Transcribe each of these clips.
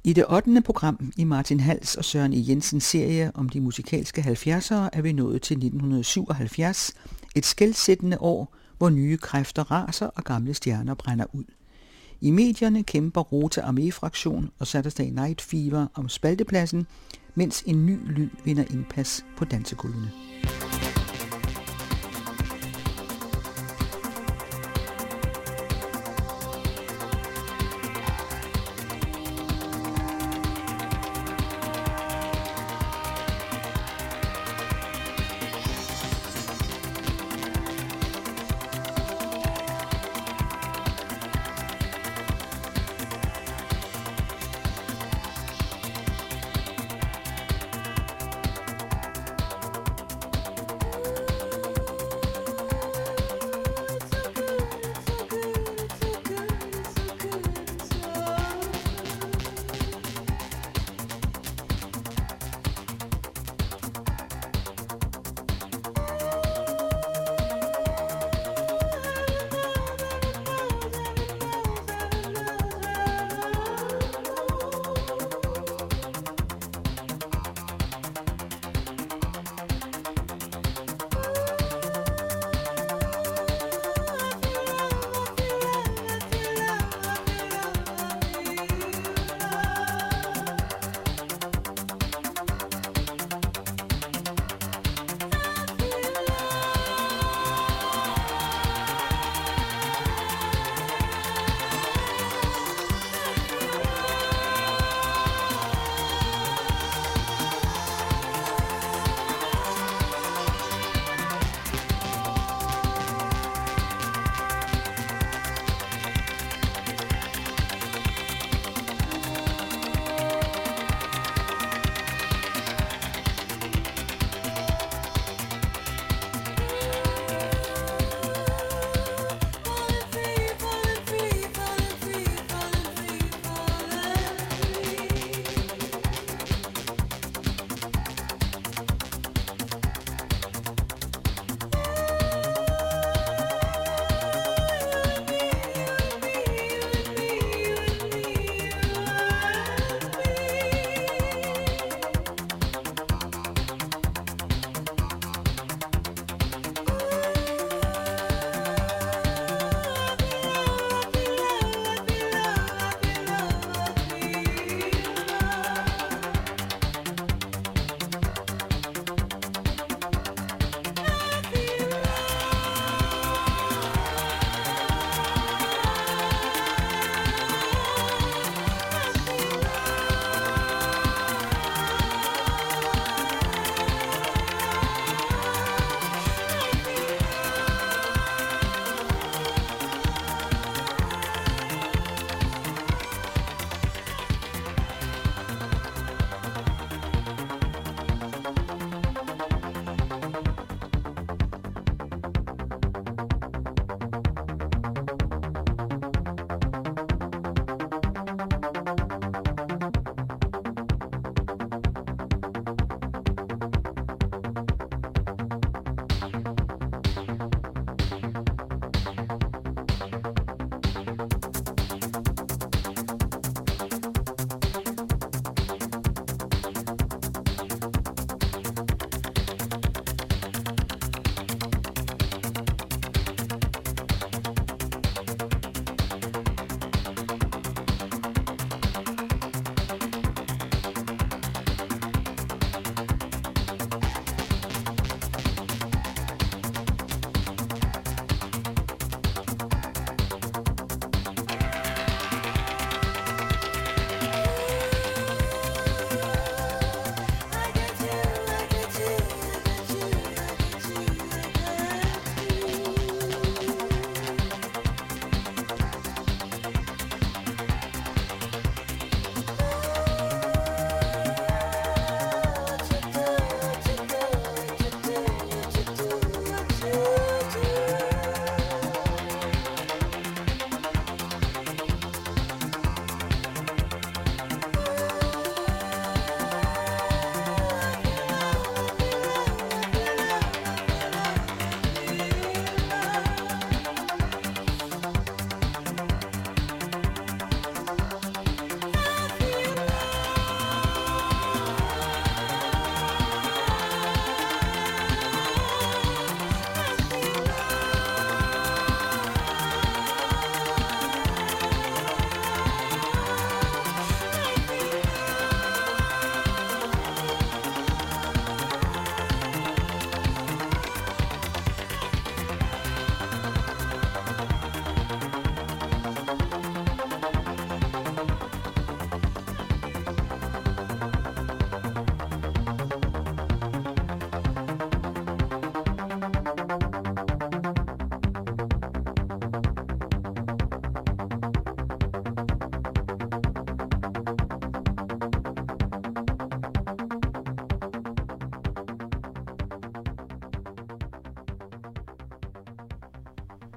I det 8. program i Martin Hals og Søren E. Jensens serie om de musikalske 70'ere er vi nået til 1977, et skelsættende år, hvor nye kræfter raser og gamle stjerner brænder ud. I medierne kæmper Rota Armee-fraktion og Saturday Night Fever om spaltepladsen, mens en ny lyd vinder indpas på dansegulvene.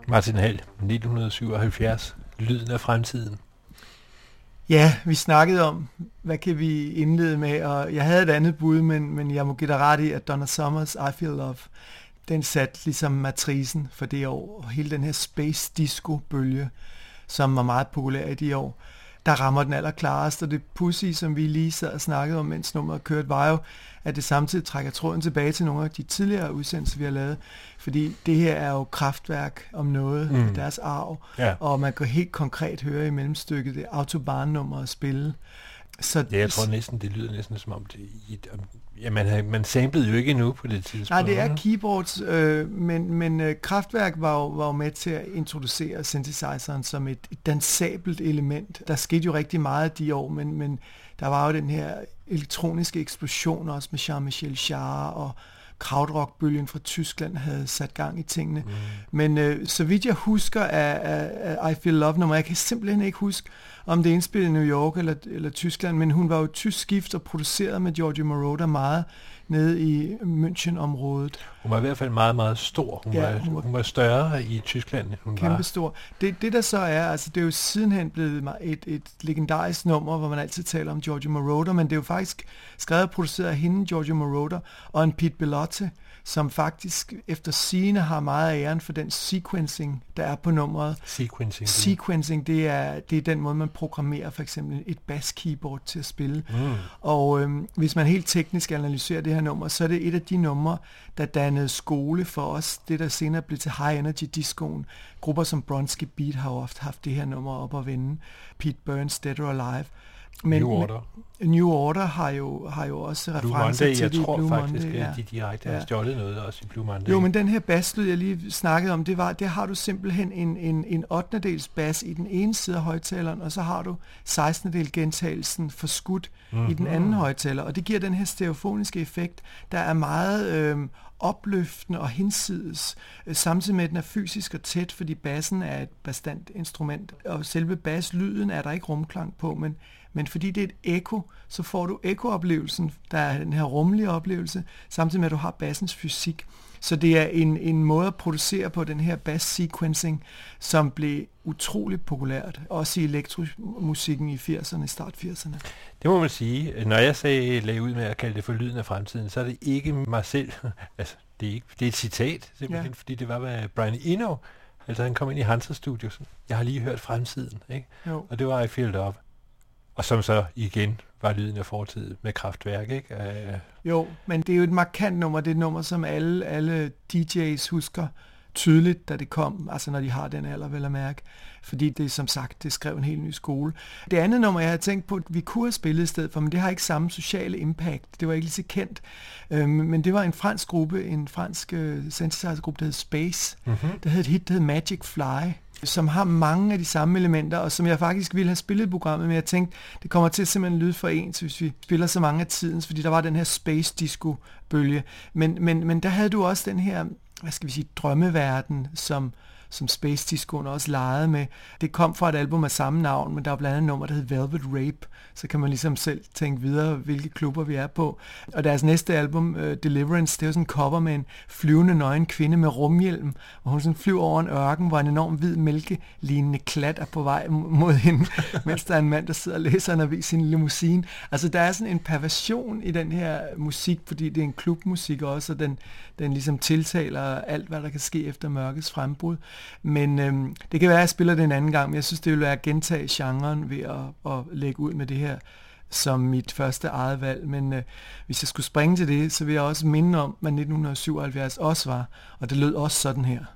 Martin Hald, 1977. Lyden af fremtiden. Ja, vi snakkede om, hvad kan vi indlede med, og jeg havde et andet bud, men jeg må give dig ret i, at Donna Summers' I Feel Love, den satte ligesom matrisen for det år, og hele den her space disco-bølge, som var meget populær i de år, der rammer den allerklarest, og det pussy, som vi lige sad og snakkede om, mens nummeret kørte, var jo, at det samtidig trækker tråden tilbage til nogle af de tidligere udsendelser, vi har lavet, fordi det her er jo kraftværk om noget, deres arv, og man kan helt konkret høre i mellemstykket det Autobahn-nummer spille. Så ja, jeg tror næsten, det lyder næsten som om det... man samplede jo ikke endnu på det tidspunkt. Nej, det er keyboards, men Kraftwerk var jo med til at introducere synthesizeren som et dansabelt element. Der skete jo rigtig meget de år, men der var jo den her elektroniske eksplosion også med Jean-Michel Jarre, og krautrockbølgen fra Tyskland havde sat gang i tingene. Men så vidt jeg husker af I Feel Love nummer, jeg kan simpelthen ikke huske, om det er indspillet i New York eller Tyskland, men hun var jo tysk gift og produceret med Giorgio Moroder meget nede i München-området. Hun var i hvert fald meget, meget stor. Hun var større i Tyskland, end hun kæmpe stor. Det der så er, altså det er jo sidenhen blevet et legendarisk nummer, hvor man altid taler om Giorgio Moroder, men det er jo faktisk skrevet og produceret af hende, Giorgio Moroder, og en Pete Bellotte, som faktisk efter sigende har meget af æren for den sequencing, der er på nummeret. Sequencing, det er den måde, man programmerer for eksempel et bass-keyboard til at spille. Og hvis man helt teknisk analyserer det her nummer, så er det et af de numre, der dannede skole for os. Det, der senere blev til High Energy Discoen. Grupper som Bronski Beat har ofte haft det her nummer op at vende. Pete Burns, Dead or Alive. New Order har jo også referencer til det i Blue Monday. Jeg tror faktisk, at de direkte har stjålet noget også i Blue Monday. Jo, men den her basslyd, jeg lige snakkede om, det har du simpelthen en 8. bas i den ene side af højtaleren, og så har du 16. gentagelsen forskudt i den anden højtaler, og det giver den her stereofoniske effekt, der er meget opløftende og hinsides, samtidig med at den er fysisk og tæt, fordi bassen er et bastant instrument, og selve basslyden er der ikke rumklang på, men fordi det er et ekko, så får du ekkooplevelsen, der er den her rummelige oplevelse, samtidig med at du har bassens fysik. Så det er en måde at producere på den her bass-sequencing, som blev utrolig populært, også i elektromusikken i 80'erne, start 80'erne. Det må man sige. Når jeg lagde ud med at kalde det for lyden af fremtiden, så er det ikke mig selv. Altså, det er et citat, simpelthen, fordi det var, hvad Brian Eno, altså han kom ind i Hansa Studio, jeg har lige hørt fremtiden, ikke? Jo. Og det var I Feel Love. Og som så igen var lyden af fortid med Kraftwerk, ikke? Jo, men det er jo et markant nummer. Det er et nummer, som alle DJ's husker tydeligt, da det kom, altså når de har den alder, vel at mærke. Fordi det, som sagt, det skrev en helt ny skole. Det andet nummer, jeg havde tænkt på, vi kunne have spillet i stedet for, men det har ikke samme sociale impact. Det var ikke lige så kendt. Men det var en fransk gruppe, en fransk synthesizer-gruppe, der hed Space. Der hed et hit, der hed Magic Fly, som har mange af de samme elementer, og som jeg faktisk ville have spillet i programmet, men jeg tænkte, det kommer til at simpelthen lyde for ens, hvis vi spiller så mange af tidens, fordi der var den her space disco-bølge. Men der havde du også den her, hvad skal vi sige, drømmeverden, som Space Discoen også legede med. Det kom fra et album af samme navn, men der var blandt andet et nummer, der hed Velvet Rape, så kan man ligesom selv tænke videre, hvilke klubber vi er på. Og deres næste album, Deliverance, det var sådan en cover med en flyvende nøgen kvinde med rumhjelm, hvor hun sådan flyver over en ørken, hvor en enorm hvid mælkelignende klat er på vej mod hende, mens der er en mand, der sidder og læser en avis i en limousine. Altså der er sådan en perversion i den her musik, fordi det er en klubmusik også, og den ligesom tiltaler alt, hvad der kan ske efter mørkets frembrud. Men det kan være, at jeg spiller det en anden gang, men jeg synes, det vil være at gentage genren ved at lægge ud med det her som mit første eget valg. Men hvis jeg skulle springe til det, så vil jeg også minde om, hvad 1977 også var, og det lød også sådan her.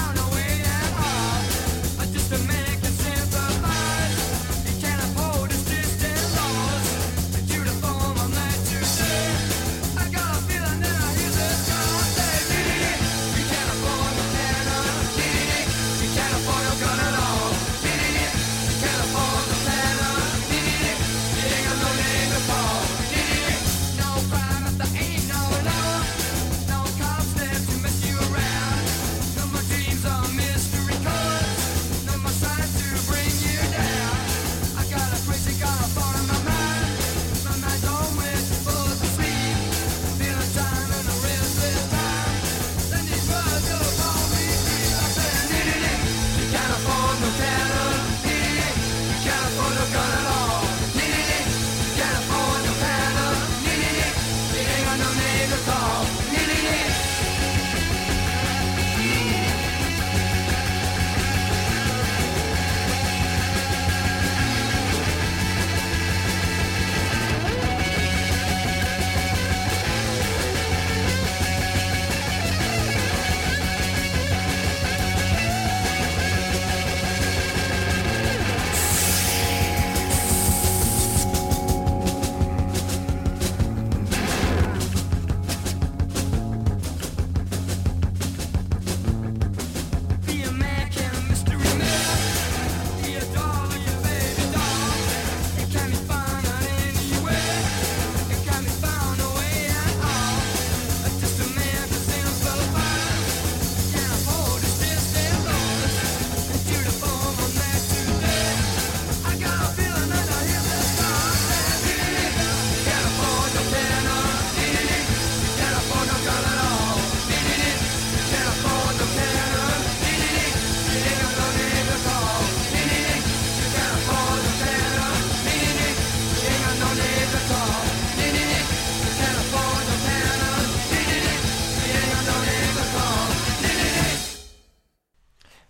Just to make it simplified, you can't afford to steal.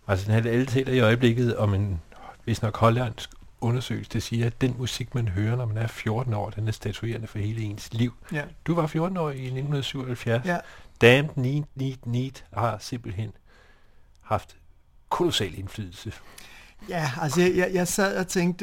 Altså den her alle taler i øjeblikket om en, hvis nok hollandsk undersøgelse, det siger, at den musik, man hører, når man er 14 år, den er statuerende for hele ens liv. Ja. Du var 14 år i 1977. Ja. Damned Need har simpelthen haft kolossal indflydelse. Ja, altså jeg sad og tænkte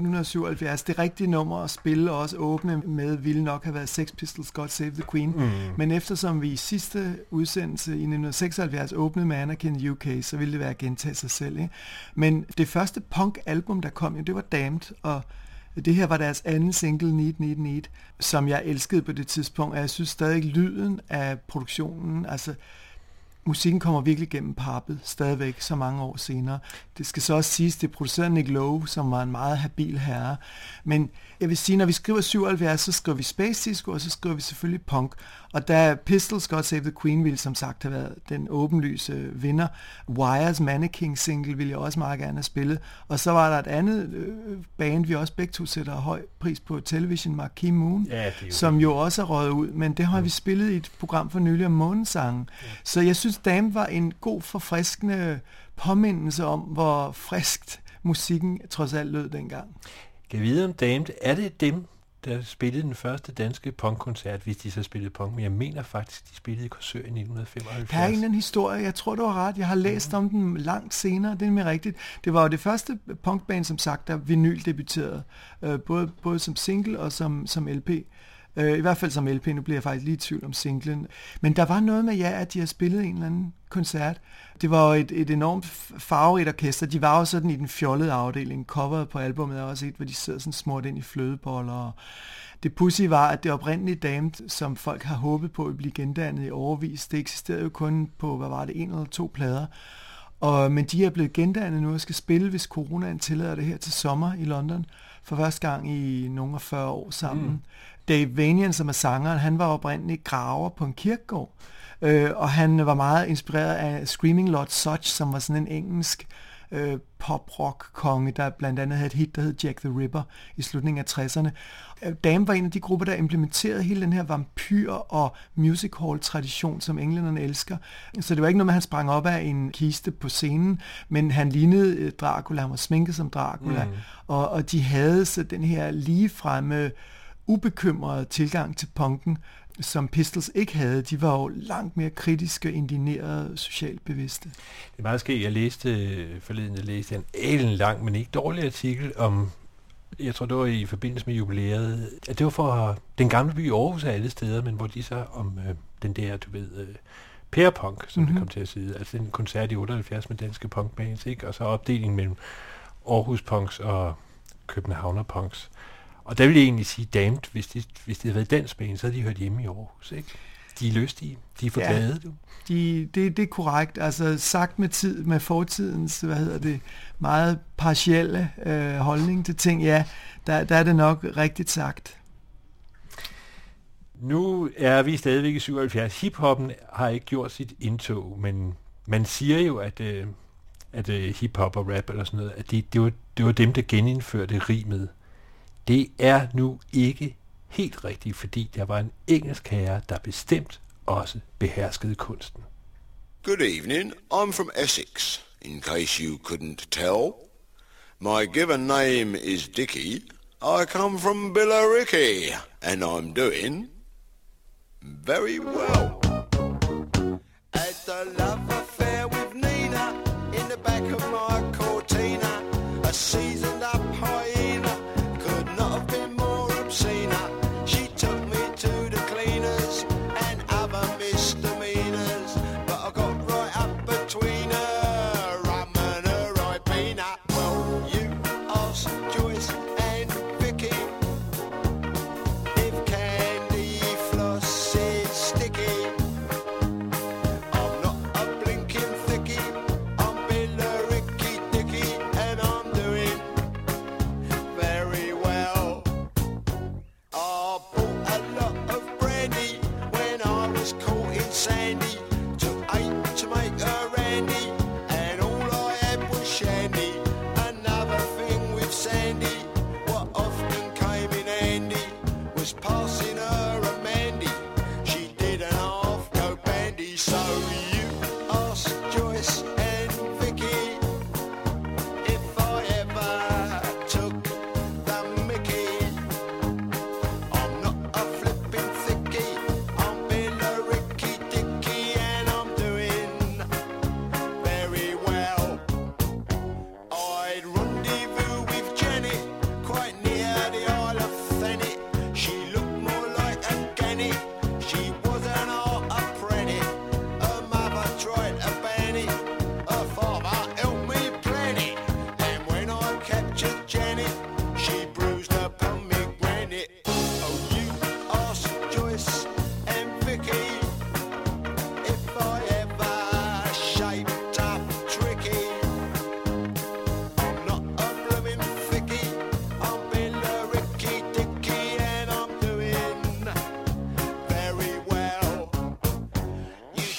1977, det rigtige nummer at spille og også åbne med ville nok have været Sex Pistols, God Save the Queen. Men eftersom vi i sidste udsendelse i 1976 åbnede med Anarchy UK, så ville det være at gentage sig selv. Ikke? Men det første punk-album, der kom, det var Damned, og det her var deres anden single, Need, som jeg elskede på det tidspunkt, og jeg synes stadig lyden af produktionen, altså musikken kommer virkelig gennem pappet, stadigvæk så mange år senere. Det skal så også siges, det producerede Nick Lowe, som var en meget habil herre. Men jeg vil sige, når vi skriver 77, så skriver vi space disco, og så skriver vi selvfølgelig punk. Og da Pistols, God Save the Queen, ville som sagt have været den åbenlyse vinder. Wires Mannequin single ville jeg også meget gerne have spillet. Og så var der et andet band, vi også begge to sætter høj pris på, Television, Marquee Moon, som jo også er røget ud. Men det har vi spillet i et program for nylig om månesangen. Så jeg synes, Damned var en god, forfriskende påmindelse om, hvor friskt musikken trods alt lød dengang. Kan jeg vide om Damned, er det dem, der spillede den første danske punkkoncert, hvis de så spillede punk, men jeg mener faktisk, de spillede i Korsør i 1975. Der er en anden historie, jeg tror, du har ret. Jeg har læst om den langt senere, det er mere rigtigt. Det var jo det første punkband, som sagt, der vinyl debuterede, både som single og som LP. I hvert fald som LP, nu bliver jeg faktisk lige i tvivl om singlen. Men der var noget med, at de har spillet en eller anden koncert. Det var jo et enormt farverigt orkester. De var jo sådan i den fjollede afdeling. Coveret på albumet er også et, hvor de sidder sådan smurt ind i flødeboller. Og det pudsige var, at det oprindelige Damned, som folk har håbet på at blive gendannet i overvis, det eksisterede jo kun på, hvad var det, 1 eller 2 plader. Men de er blevet gendannet nu og skal spille, hvis coronaen tillader det her til sommer i London, for første gang i nogle af 40 år sammen. Dave Vanian, som er sangeren, han var oprindeligt graver på en kirkegård, og han var meget inspireret af Screaming Lord Sutch, som var sådan en engelsk pop-rock-konge, der blandt andet havde et hit, der hed Jack the Ripper i slutningen af 60'erne. Damned var en af de grupper, der implementerede hele den her vampyr- og music hall-tradition, som englænderne elsker. Så det var ikke noget med, at han sprang op af en kiste på scenen, men han lignede Dracula, han var sminket som Dracula, og de havde så den her ligefremme, ubekymrede tilgang til punken, som Pistols ikke havde. De var jo langt mere kritiske, indinerede, socialt bevidste. Det er meget skægt. Jeg læste en lang, men ikke dårlig artikel om, jeg tror det var i forbindelse med jubilæet, at det var for den gamle by Aarhus af alle steder, men hvor de så om den der, du ved, pærepunk, som det kom til at sige, altså den koncert i 78 med danske punkbands, ikke? Og så opdelingen mellem Aarhus punks og Københavner punks. Og der vil jeg egentlig sige, Damned, hvis det havde været dansk band, så havde de hørt hjemme i Aarhus, ikke? De er lystige, de er for glade, du. Det er korrekt, altså sagt med fortidens, meget partielle holdning til ting, der er det nok rigtigt sagt. Nu er vi stadigvæk i 77. Hip-hoppen har ikke gjort sit indtog, men man siger jo, at hip-hop og rap eller sådan noget, at det var dem, der genindførte rimet. Det er nu ikke helt rigtigt, fordi der var en engelsk herre, der bestemt også beherskede kunsten. Good evening, I'm from Essex, in case you couldn't tell. My given name is Dickie. I come from Billericay, and I'm doing very well. At the love affair with Nina, in the back of my Cortina, a seasoned up hyena. She took me to the cleaners and other misdemeanors, but I got right up between her, rum and her Ribena. Well, you ask Joyce and Vicky if candy floss is sticky. I'm not a blinking thickie, I'm Billericay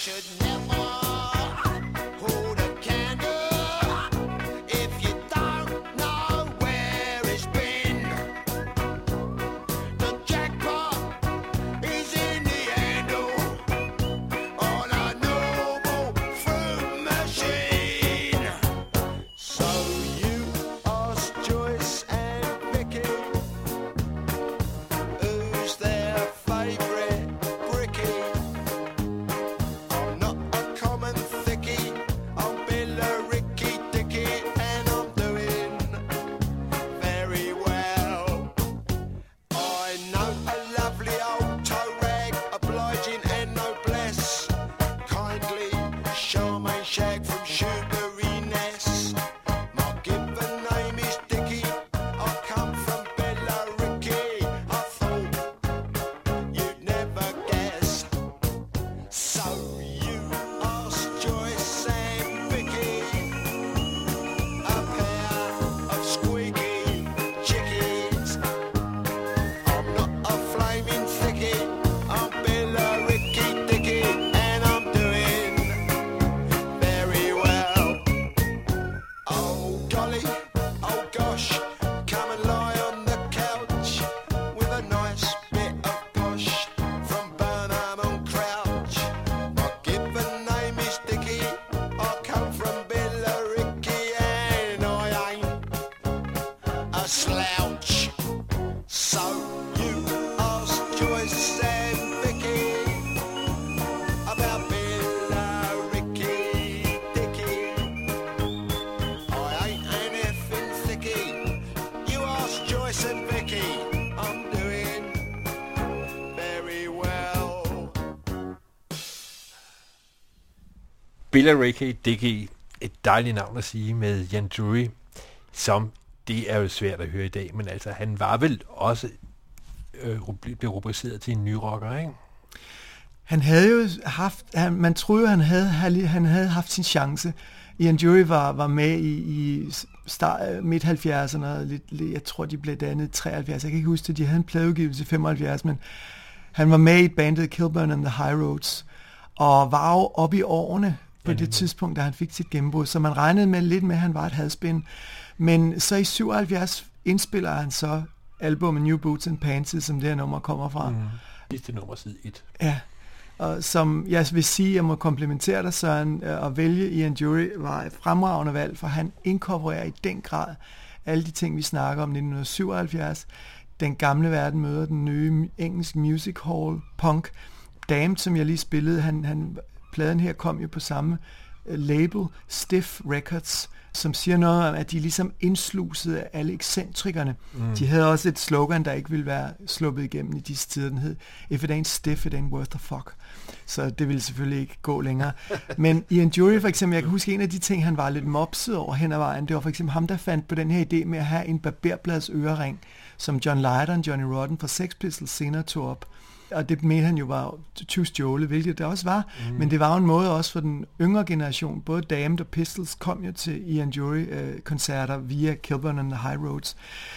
Billericay Dickie, et dejligt navn at sige med Ian Dury, som det er jo svært at høre i dag, men altså han var vel også blev rubriceret til en ny rocker, ikke? Han havde jo haft, man troede jo, han havde haft sin chance. Ian Dury var med i midt 70'erne, jeg tror de blev dannet 73, jeg kan ikke huske det, de havde en pladeudgivelse i 75, men han var med i bandet Kilburn and the High Roads, og var jo oppe i årene på det tidspunkt, da han fik sit gennembrud, så man regnede med lidt med, at han var et hadspind. Men så i 77 indspiller han så albumet New Boots and Pants, som det her nummer kommer fra. Sidste nummer, side 1. Ja, og som jeg vil sige, jeg må komplimentere dig, Søren, at vælge Ian Dury var et fremragende valg, for han inkorporerer i den grad alle de ting, vi snakker om 1977. Den gamle verden møder den nye engelsk music hall punk. Damned, som jeg lige spillede, pladen her kom jo på samme label, Stiff Records, som siger noget om, at de ligesom indslusede af alle ekscentrikerne. De havde også et slogan, der ikke ville være sluppet igennem i disse tider. Den hed, if it ain't stiff, it ain't worth a fuck. Så det ville selvfølgelig ikke gå længere. Men Ian Dury for eksempel, jeg kan huske en af de ting, han var lidt mopset over hen ad vejen, det var for eksempel ham, der fandt på den her idé med at have en barberblads ørering, som John Lydon, Johnny Rotten fra Sex Pistols senere tog op. Og det mente han jo var tyvstjålet, hvilket det også var. Men det var jo en måde også for den yngre generation. Både Damned og Pistols kom jo til Ian Dury-koncerter via Kilburn and the High Roads.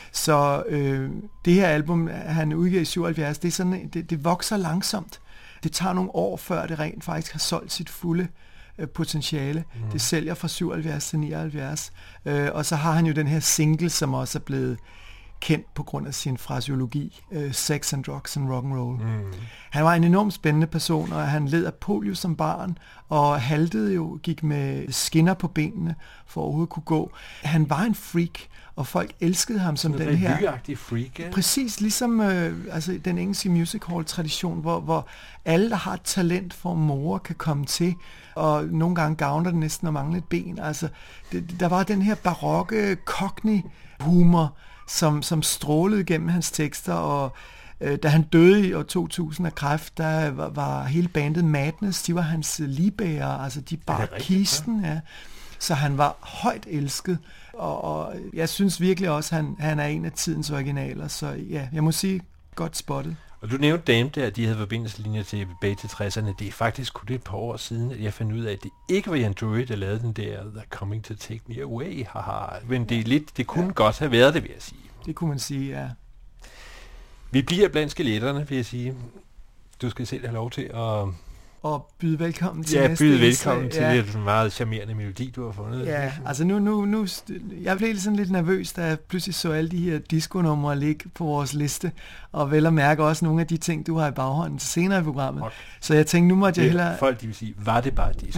Så det her album, han udgav i 77, det er sådan, det vokser langsomt. Det tager nogle år, før det rent faktisk har solgt sit fulde potentiale. Det sælger fra 77 til 79. Og så har han jo den her single, som også er blevet kendt på grund af sin fraseologi, sex and drugs and rock and roll. Han var en enormt spændende person, og han led af polio som barn, og haltede jo, gik med skinner på benene, for at overhovedet kunne gå. Han var en freak, og folk elskede ham som den her... Revyagtig freak, ja? Præcis, ligesom altså den engelske music hall-tradition, hvor alle, der har et talent for mor, kan komme til, og nogle gange gavner det næsten at mangle et ben. Altså, der var den her barokke cockney-humor, som strålede gennem hans tekster, og da han døde i år 2000 af kræft, der var hele bandet Madness, de var hans ligbærere, altså de bar kisten, ja. Så han var højt elsket, og jeg synes virkelig også, han er en af tidens originaler, så ja, jeg må sige, godt spottet. Og du nævnte Damned der, de havde forbindelseslinjer tilbage til 60'erne. Det er faktisk kun et par år siden, at jeg fandt ud af, at det ikke var Ian Dury, der lavede den der They're Coming to Take Me Away, haha. Men det kunne godt have været det, vil jeg sige. Det kunne man sige, ja. Vi bliver blandt skeletterne, vil jeg sige. Du skal selv have lov til at og byde velkommen til næste indslag. Ja, byde velkommen til det meget charmerende melodi, du har fundet. Ja, altså nu jeg blev sådan lidt nervøs, da jeg pludselig så alle de her disco-numre ligge på vores liste, og vel at mærke også nogle af de ting, du har i baghånden til senere i programmet. Okay. Så jeg tænkte, nu måtte jeg hellere... Folk, de vil sige, var det bare disco?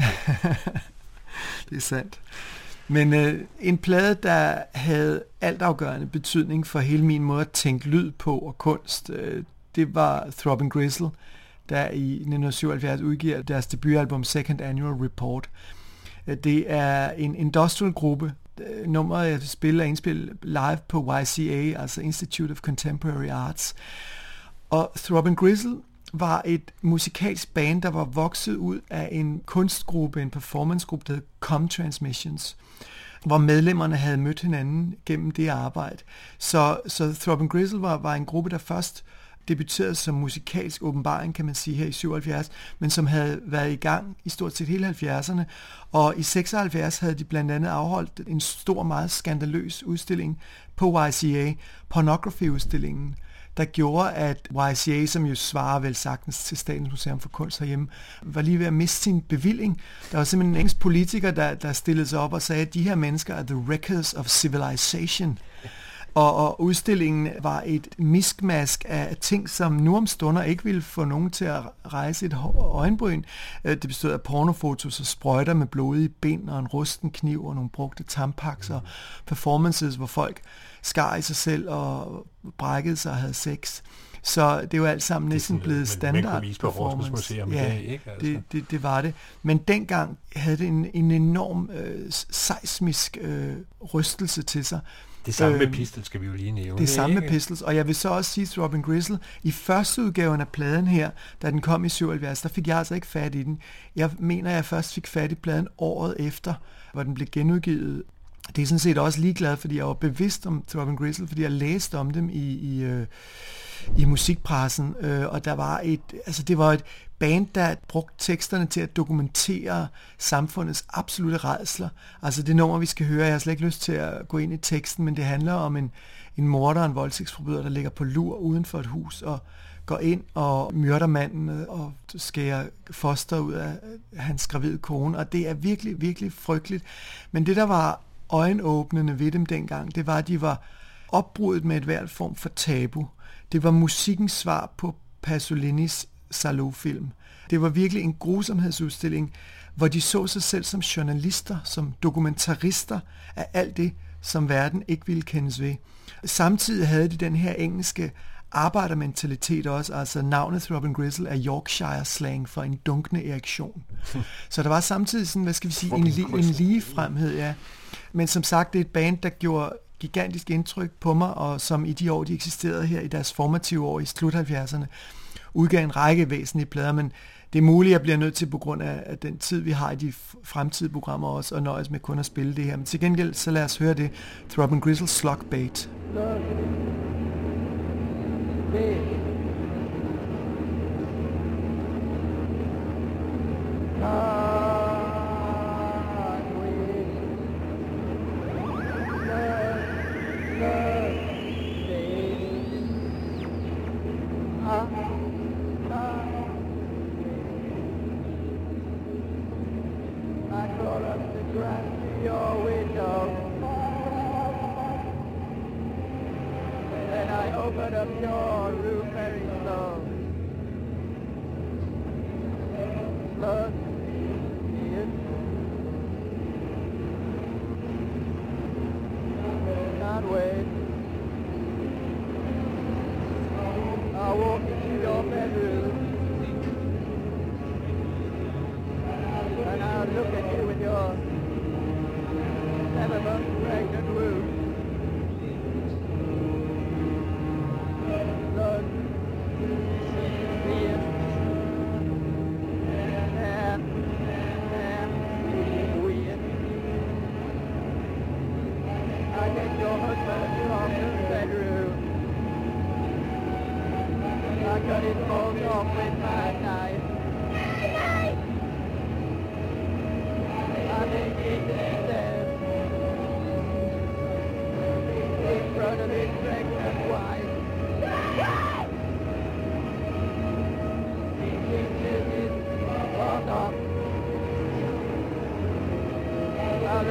Det er sandt. Men en plade, der havde altafgørende betydning for hele min måde at tænke lyd på og kunst, det var Throbbing Gristle, der i 1977 udgiver deres debutalbum Second Annual Report. Det er en industrial gruppe. Nummeret jeg spiller er indspillet live på YCA, altså Institute of Contemporary Arts. Og Throbbing Gristle var et musikalsk band, der var vokset ud af en kunstgruppe, en performancegruppe, der hed Com Transmissions, hvor medlemmerne havde mødt hinanden gennem det arbejde. Så Throbbing Gristle var en gruppe, der først debuterede som musikalsk åbenbaring, kan man sige, her i 77, men som havde været i gang i stort set hele 70'erne. Og i 76 havde de blandt andet afholdt en stor, meget skandaløs udstilling på YCA, Pornography-udstillingen, der gjorde, at YCA, som jo svarer vel sagtens til Statens Museum for Kunst herhjemme, var lige ved at miste sin bevilling. Der var simpelthen en engelsk politiker, der stillede sig op og sagde, at de her mennesker er the records of civilization. Og udstillingen var et miskmask af ting, som nu om stunder ikke ville få nogen til at rejse et øjenbryn. Det bestod af pornofotos og sprøjter med blodige ben og en rusten kniv og nogle brugte tampaks og performances, hvor folk skar i sig selv og brækkede sig og havde sex. Så det er jo alt sammen næsten blevet standard performance. Ja, ikke? Altså. Det var det. Men dengang havde det en enorm seismisk rystelse til sig. Det samme med Pistols skal vi jo lige nævne. Det samme med Pistols, og jeg vil så også sige Throbbing Gristle, i første udgaven af pladen her, da den kom i 77, der fik jeg altså ikke fat i den. Jeg mener, jeg først fik fat i pladen året efter, hvor den blev genudgivet. Det er sådan set også ligeglad, fordi jeg var bevidst om Throbbing Gristle, fordi jeg læste om dem i musikpressen, og der var det var et band, der brugte teksterne til at dokumentere samfundets absolutte rædsler. Altså det nummer, vi skal høre, jeg har slet ikke lyst til at gå ind i teksten, men det handler om en morder og en voldtægtsforbryder, der ligger på lur uden for et hus og går ind og myrder manden og skærer foster ud af hans gravide kone, og det er virkelig, virkelig frygteligt. Men det, der var øjenåbnende ved dem dengang, det var, at de var opbrudt med et hvert form for tabu. Det var musikkens svar på Pasolinis Salò-film. Det var virkelig en grusomhedsudstilling, hvor de så sig selv som journalister, som dokumentarister af alt det, som verden ikke ville kendes ved. Samtidig havde de den her engelske arbejdermentalitet også, altså navnet Throbbing Gristle er Yorkshire slang for en dunkende erektion. Så der var samtidig sådan, hvad skal vi sige, en ligefremhed, ja. Men som sagt, det er et band, der gjorde gigantisk indtryk på mig, og som i de år, de eksisterede her i deres formative år i slut 70'erne, udgav en række væsentlige plader, men det er muligt, at jeg bliver nødt til, på grund af den tid, vi har i de fremtidige programmer også, og nøjes med kun at spille det her. Men til gengæld, så lad os høre det. Throbbing Gristle, Slug Bait.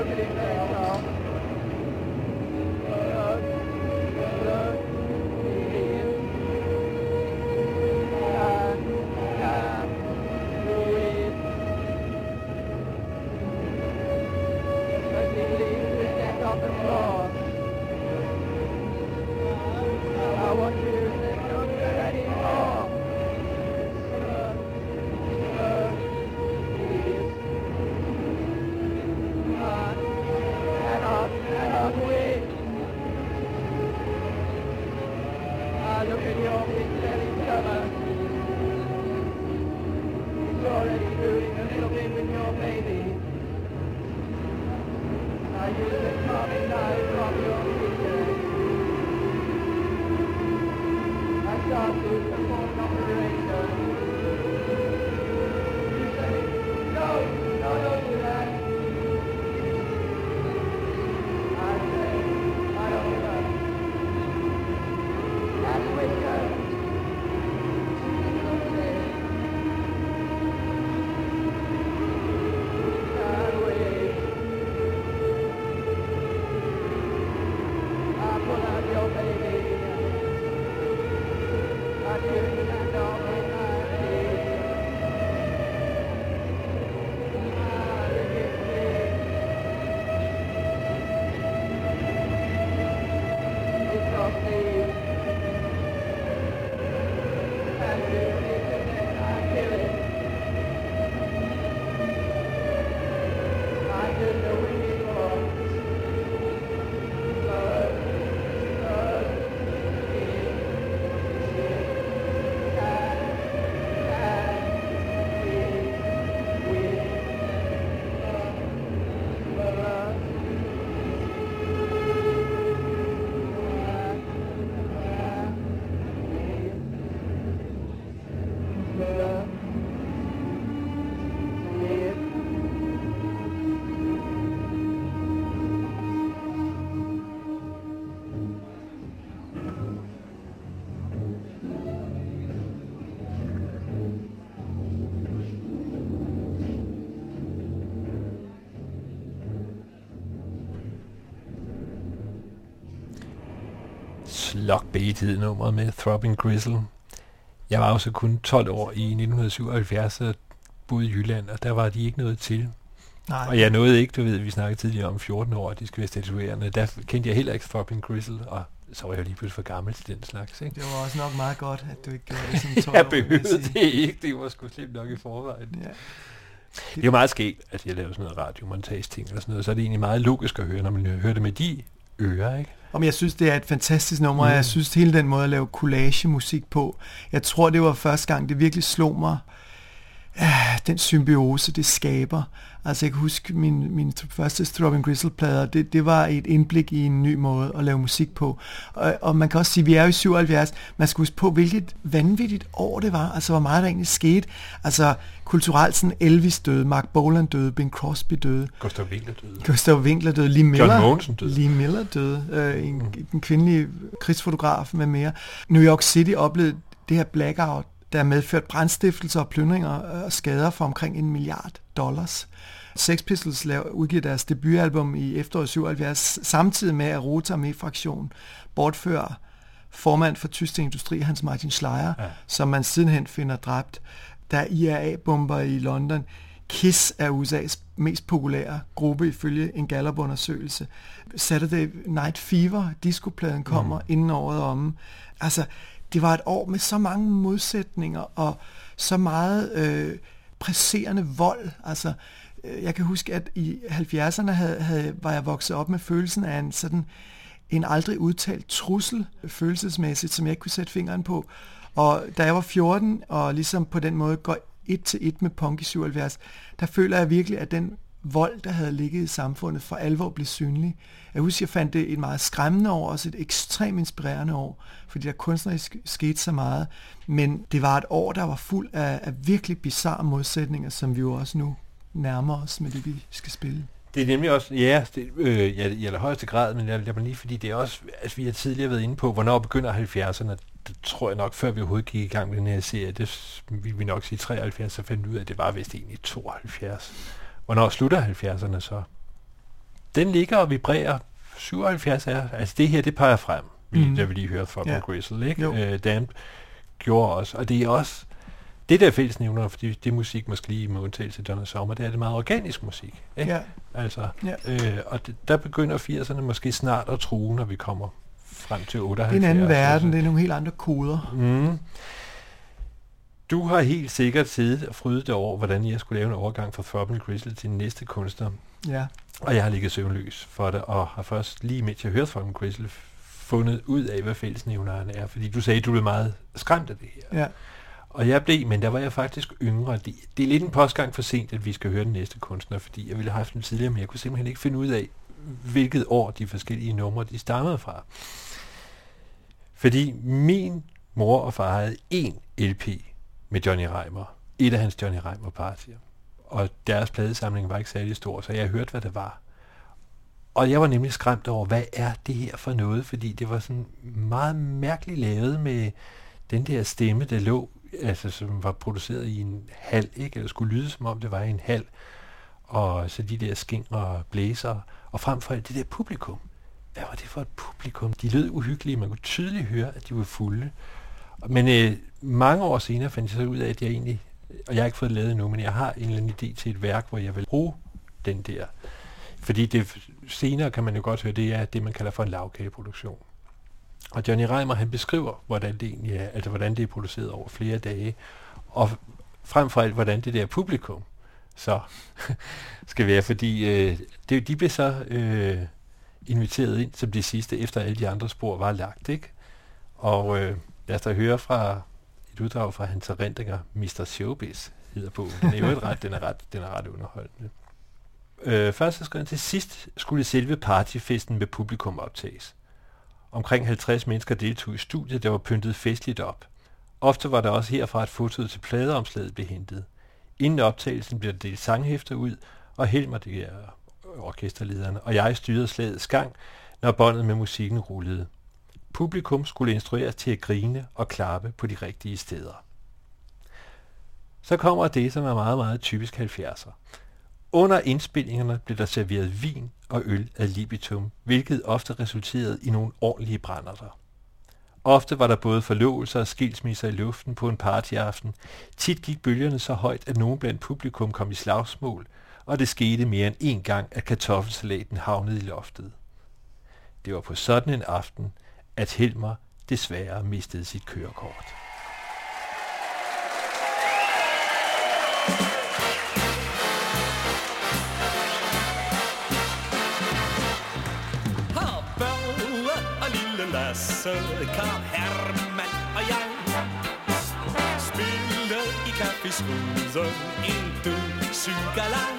Slugbeat hed nummeret med Throbbing Gristle. Jeg var jo så kun 12 år i 1977 og boede i Jylland, og der var de ikke noget til. Nej. Og jeg nåede ikke, du ved, vi snakkede tidligere om 14 år, at de skulle være statuerende. Der kendte jeg heller ikke Throbbing Gristle, og så var jeg lige pludselig for gammel til den slags. Ikke? Det var også nok meget godt, at du ikke gjorde det som 12 år. Jeg behøvede det ikke, det var sgu slemt nok i forvejen. Ja. Det er jo meget skægt, at jeg laver sådan noget radiomontage-ting eller sådan noget, så er det egentlig meget logisk at høre, når man hører det med de ører, ikke? Om jeg synes, det er et fantastisk nummer, og jeg synes hele den måde at lave collage-musik på, jeg tror, det var første gang, det virkelig slog mig, den symbiose, det skaber. Altså jeg kan huske, min første Throbbing Gristle-plader, det var et indblik i en ny måde at lave musik på. Og man kan også sige, vi er jo i 77, man skal huske på, hvilket vanvittigt år det var, altså hvor meget der egentlig skete. Altså kulturelt sådan Elvis døde, Mark Bolan døde, Bing Crosby døde. Gustav Winkler døde. Lee Miller døde, en kvindelig krigsfotograf med mere. New York City oplevede det her blackout, der medført brandstiftelser og plyndringer og skader for omkring $1 milliard. Sex Pistols udgiver deres debutalbum i efteråret 77, samtidig med at Rote Armee-fraktion bortfører formand for tysk industri, Hans Martin Schleyer, som man sidenhen finder dræbt. Der er IRA-bomber i London. KISS er USA's mest populære gruppe ifølge en Gallup-undersøgelse. Saturday Night Fever, discopladen, kommer inden året omme. Altså, det var et år med så mange modsætninger og så meget presserende vold. Altså, jeg kan huske, at i 70'erne var jeg vokset op med følelsen af en aldrig udtalt trussel, følelsesmæssigt, som jeg ikke kunne sætte fingeren på. Og da jeg var 14, og ligesom på den måde går 1-1 med punk i 77, der føler jeg virkelig, at den vold, der havde ligget i samfundet, for alvor blev synlig. Jeg husker, jeg fandt det et meget skræmmende år, også et ekstremt inspirerende år, fordi der kunstnerisk skete så meget. Men det var et år, der var fuld af virkelig bizarre modsætninger, som vi jo også nu nærmer os med det, vi skal spille. Det er nemlig også, i allerhøjeste grad, men jeg lige, fordi det er også, altså vi har tidligere været inde på, hvornår begynder 70'erne. Det tror jeg nok, før vi overhovedet gik i gang med den her serie, det vil vi nok sige 73, så fandt vi ud af, at det var vist egentlig 72. Hvornår slutter 70'erne så? den ligger og vibrerer. 77 er, altså det her, det peger frem, da vi lige hørte fra Bob Grizzle, ikke? Damned gjorde også, og det er også, det der fællesnævner, fordi det musik måske lige med undtagelse til Donna Summer, det er det meget organisk musik, ikke? Ja. Altså, og der begynder 80'erne måske snart at true, når vi kommer frem til 78. Det er en anden verden, det er nogle helt andre koder. Mm. Du har helt sikkert siddet og frydet dig over, hvordan jeg skulle lave en overgang fra Throbbing Grizzle til den næste kunstner. Ja. Og jeg har ligget søvnløs for det, og har først lige mens jeg hørte Throbbing Grizzle fundet ud af, hvad fællesnævneren er. Fordi du sagde, at du blev meget skræmt af det her. Ja. Og jeg blev, men der var jeg faktisk yngre. Det er lidt en postgang for sent, at vi skal høre den næste kunstner, fordi jeg ville have haft den tidligere, men jeg kunne simpelthen ikke finde ud af, hvilket år de forskellige numre, de stammede fra. Fordi min mor og far havde én LP med Johnny Reimer. Et af hans Johnny Reimer-partier. Og deres pladesamling var ikke særlig stor, så jeg hørte, hvad det var. Og jeg var nemlig skræmt over, hvad er det her for noget? Fordi det var sådan meget mærkeligt lavet med den der stemme, der lå, altså som var produceret i en hal, ikke? Eller skulle lyde, som om det var i en hal. Og så de der skinger og blæser. Og frem for alt det der publikum. Hvad var det for et publikum? De lød uhyggelige, man kunne tydeligt høre, at de var fulde. Men mange år senere fandt jeg så ud af, at jeg egentlig, og jeg har ikke fået det lavet endnu, men jeg har en eller anden idé til et værk, hvor jeg vil bruge den der. Fordi det senere kan man jo godt høre, det er det, man kalder for en lavkageproduktion. Og Johnny Reimer, han beskriver, hvordan det egentlig er, altså hvordan det er produceret over flere dage, og frem for alt, hvordan det der publikum så skal være, fordi de blev så inviteret ind som det sidste, efter alle de andre spor var lagt, ikke? Og lad os da høre fra et uddrag fra Hans Erindringer, Mr. Showbiz hedder bogen. Den er jo den er ret underholdende. Først skrev han, til sidst skulle selve partyfesten med publikum optages. Omkring 50 mennesker deltog i studiet, der var pyntet festligt op. Ofte var der også herfra et foto til pladeomslaget blev hentet. Inden optagelsen blev der delt sanghæfter ud, og Helmer, det er orkesterlederne, og jeg styrede slagets gang, når båndet med musikken rullede. Publikum skulle instrueres til at grine og klappe på de rigtige steder. Så kommer det, som er meget, meget typisk 70'er. Under indspilningerne blev der serveret vin og øl ad libitum, hvilket ofte resulterede i nogle ordentlige brænderter. Ofte var der både forlovelser og skilsmisser i luften på en partyaften. Tit gik bølgerne så højt, at nogen blandt publikum kom i slagsmål, og det skete mere end én gang, at kartoffelsalaten havnede i loftet. Det var på sådan en aften, at Helmer desværre mistede sit kørekort. Lasse, Karl Hermann og jeg spillede i Café-Skuden en død sygalang.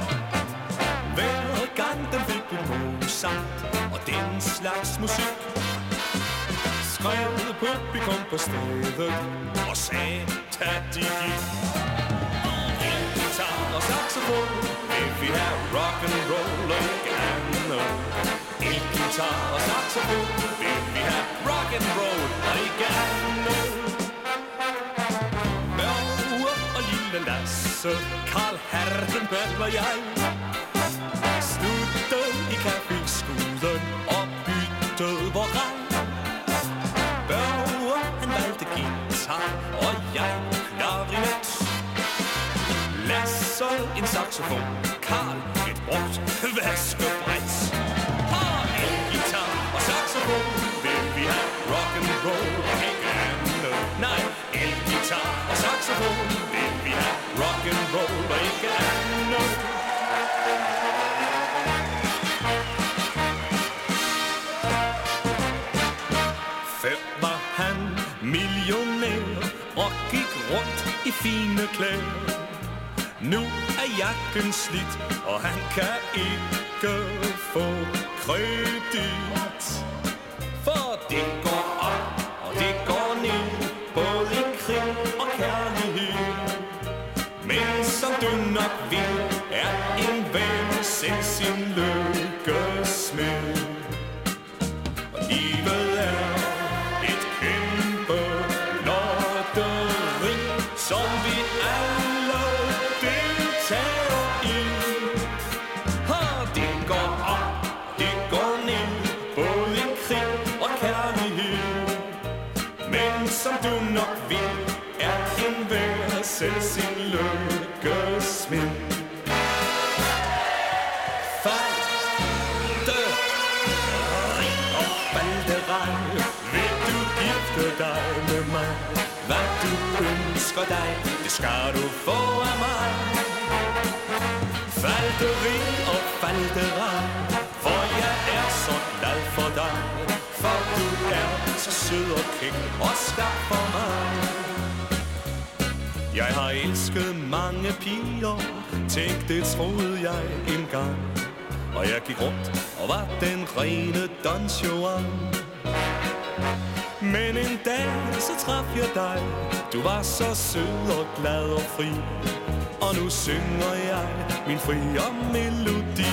Hver gang den fik en Mozart og den slags musik, skrev publikum på stedet og sagde, at de gik. En guitar og saxofon, vil vi have rock'n'roll og ikke andet. En guitar og saxofon, vil vi have rock'n'roll og ikke andet. Børge og lille Lasse, Karl Hermann og jeg snudte i Café-Skuden og byttede vor rang. Børge, han valgte guitar, og jeg klarinet. Lasse en saxofon, Karl et brugt vaskebræt. En guitar og saxofon, vil vi have rock'n'roll og ikke andet. Nej, en guitar og saxofon, vil vi have rock'n'roll og ikke andet. Før var han millionær og gik rundt i fine klæder. Nu er jakken slidt, og han kan ikke få kredit. For det går op, og det går ned, både i krig og kærlighed. Men som du nok ved, er en ven selv sin lykkesmed. Og livet er et kæmpe lotteri, som vi alle deltager i. Og det går op, dig, det skal du få af mig. Falderi og faldera, for jeg er så glad for dig. For du er så sød og kæk og skarp for mig. Jeg har elsket mange piger, tænk det troede jeg engang. Og jeg gik rundt og var den rene Don Juan. Men en dag så traf jeg dig, du var så sød og glad og fri. Og nu synger jeg min fri og melodi.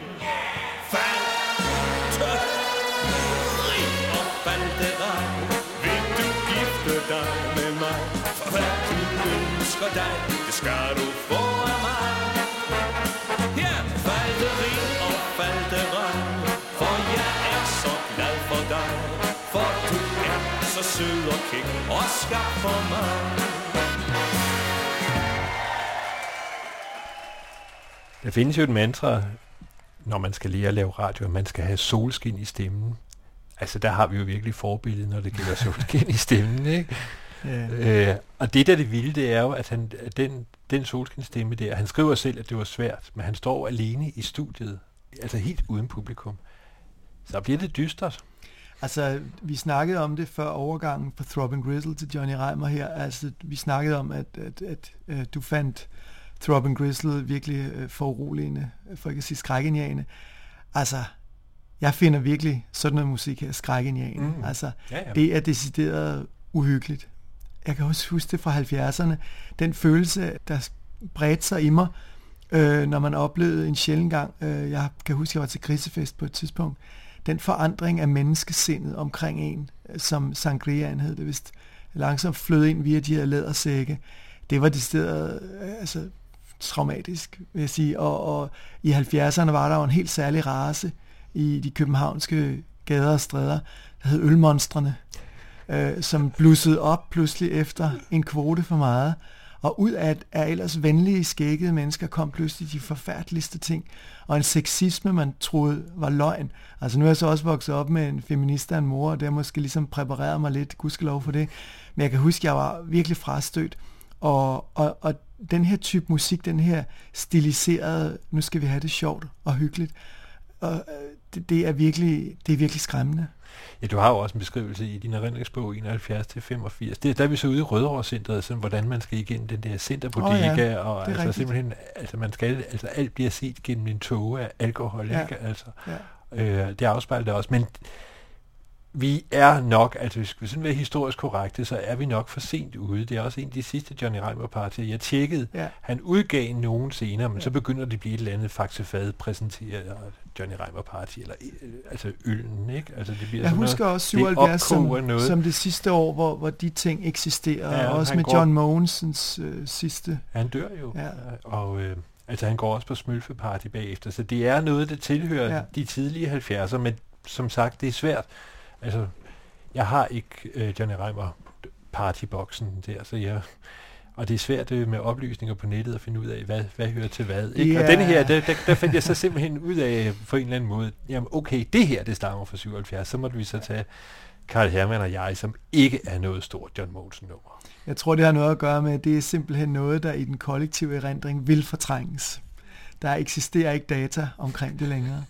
Falderi og faldera, vil du gifte dig med mig? For hvad du ønsker dig, det skal du få af mig. Ja, falderi og faldera, for jeg er så glad for dig. For du er så sød og kæk og skarp for mig. Der findes jo et mantra, når man skal lære at lave radio, at man skal have solskin i stemmen. Altså, der har vi jo virkelig forbillede, når det gælder solskin i stemmen, ikke? Yeah. Og det der det vilde, det er jo, at den solskinstemme der, han skriver selv, at det var svært, men han står alene i studiet, altså helt uden publikum. Så bliver det dystert. Altså, vi snakkede om det før overgangen på Throbbing Gristle til Johnny Reimer her. Altså, vi snakkede om, at du fandt Throbbing Gristle virkelig foruroligende, for ikke at sige skrækindjagende. Altså, jeg finder virkelig sådan noget musik her skrækindjagende. Altså, det er decideret uhyggeligt. Jeg kan også huske det fra 70'erne. Den følelse, der bredte sig i mig, når man oplevede en sjælden gang. Jeg kan huske, jeg var til grisefest på et tidspunkt. Den forandring af menneskesindet omkring en, som Sangriaen hed det vist, langsomt flød ind via de her lædersække. Det var decideret altså, traumatisk, vil jeg sige. Og i 70'erne var der jo en helt særlig race i de københavnske gader og stræder, der hed ølmonstrene, som blussede op pludselig efter en kvote for meget. Og ud af ellers venlige, skæggede mennesker kom pludselig de forfærdeligste ting. Og en sexisme, man troede var løgn. Altså nu er jeg så også vokset op med en feminist og en mor, og det har måske ligesom præpareret mig lidt, gudskelov for det. Men jeg kan huske, at jeg var virkelig frastødt. Og den her type musik, den her stiliserede, nu skal vi have det sjovt og hyggeligt, og det er virkelig skræmmende. Ja, du har jo også en beskrivelse i din erindringsbog 71-85. Der er vi så ude i Rødovre-centret, sådan, hvordan man skal igennem den der centerbodega, og altså simpelthen, altså man skal, altså alt bliver set gennem en tåge af alkohol, ikke? Altså, det afspejler det også, men vi er nok, altså hvis vi sådan være historisk korrekte, så er vi nok for sent ude. Det er også en af de sidste Johnny Reimer-partier. Jeg tjekkede, han udgav nogen senere, men så begynder det at blive et eller andet faxefad præsenteret Johnny Reimer-party, eller altså øllen, ikke? Altså det bliver jeg husker også 77 som det sidste år, hvor de ting eksisterer, og også med John Mogensens sidste. Han dør jo, og altså han går også på smølfeparty bagefter, så det er noget, der tilhører de tidlige 70'er, men som sagt, det er svært. Altså, jeg har ikke Johnny Reimer partyboksen der, så og det er svært med oplysninger på nettet at finde ud af, hvad hører til hvad. Ikke? Og denne her, der fandt jeg så simpelthen ud af på en eller anden måde, jamen okay, det her, det stammer fra 77, så måtte vi så tage Karl Hermann og jeg, som ikke er noget stort John Mogensen-nummer. Jeg tror, det har noget at gøre med, at det er simpelthen noget, der i den kollektive erindring vil fortrænges. Der eksisterer ikke data omkring det længere.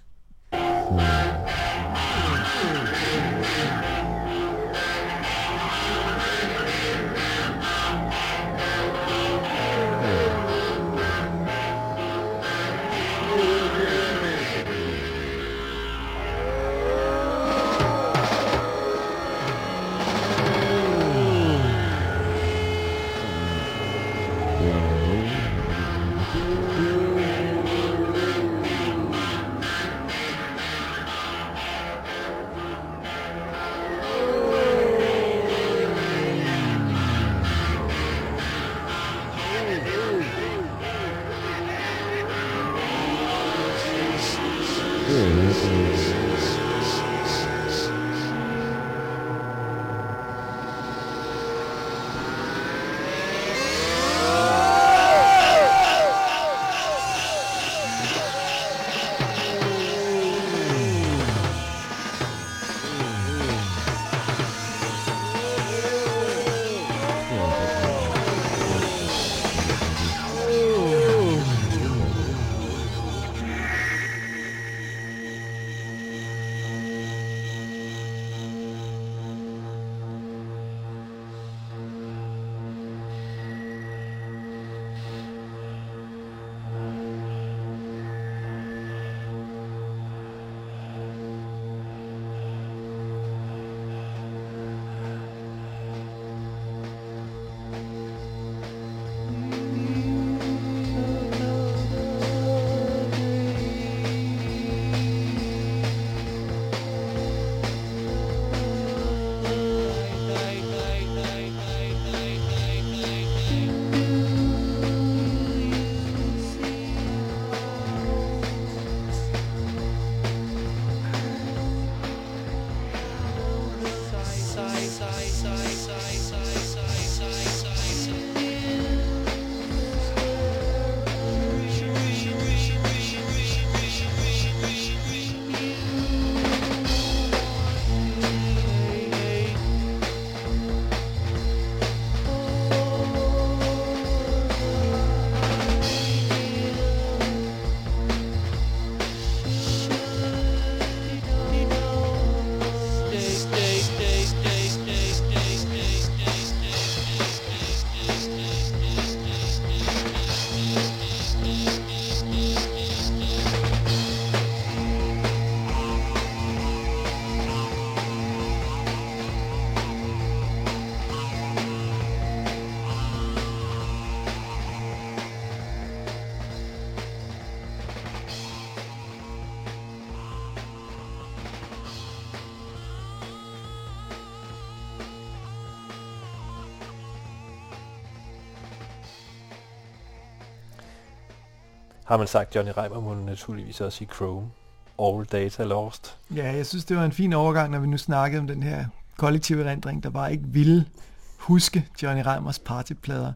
har man sagt, Johnny Reimer må naturligvis også i Chrome. All Data Lost. Ja, jeg synes, det var en fin overgang, når vi nu snakkede om den her kollektive erindring, der bare ikke ville huske Johnny Reimers partyplader.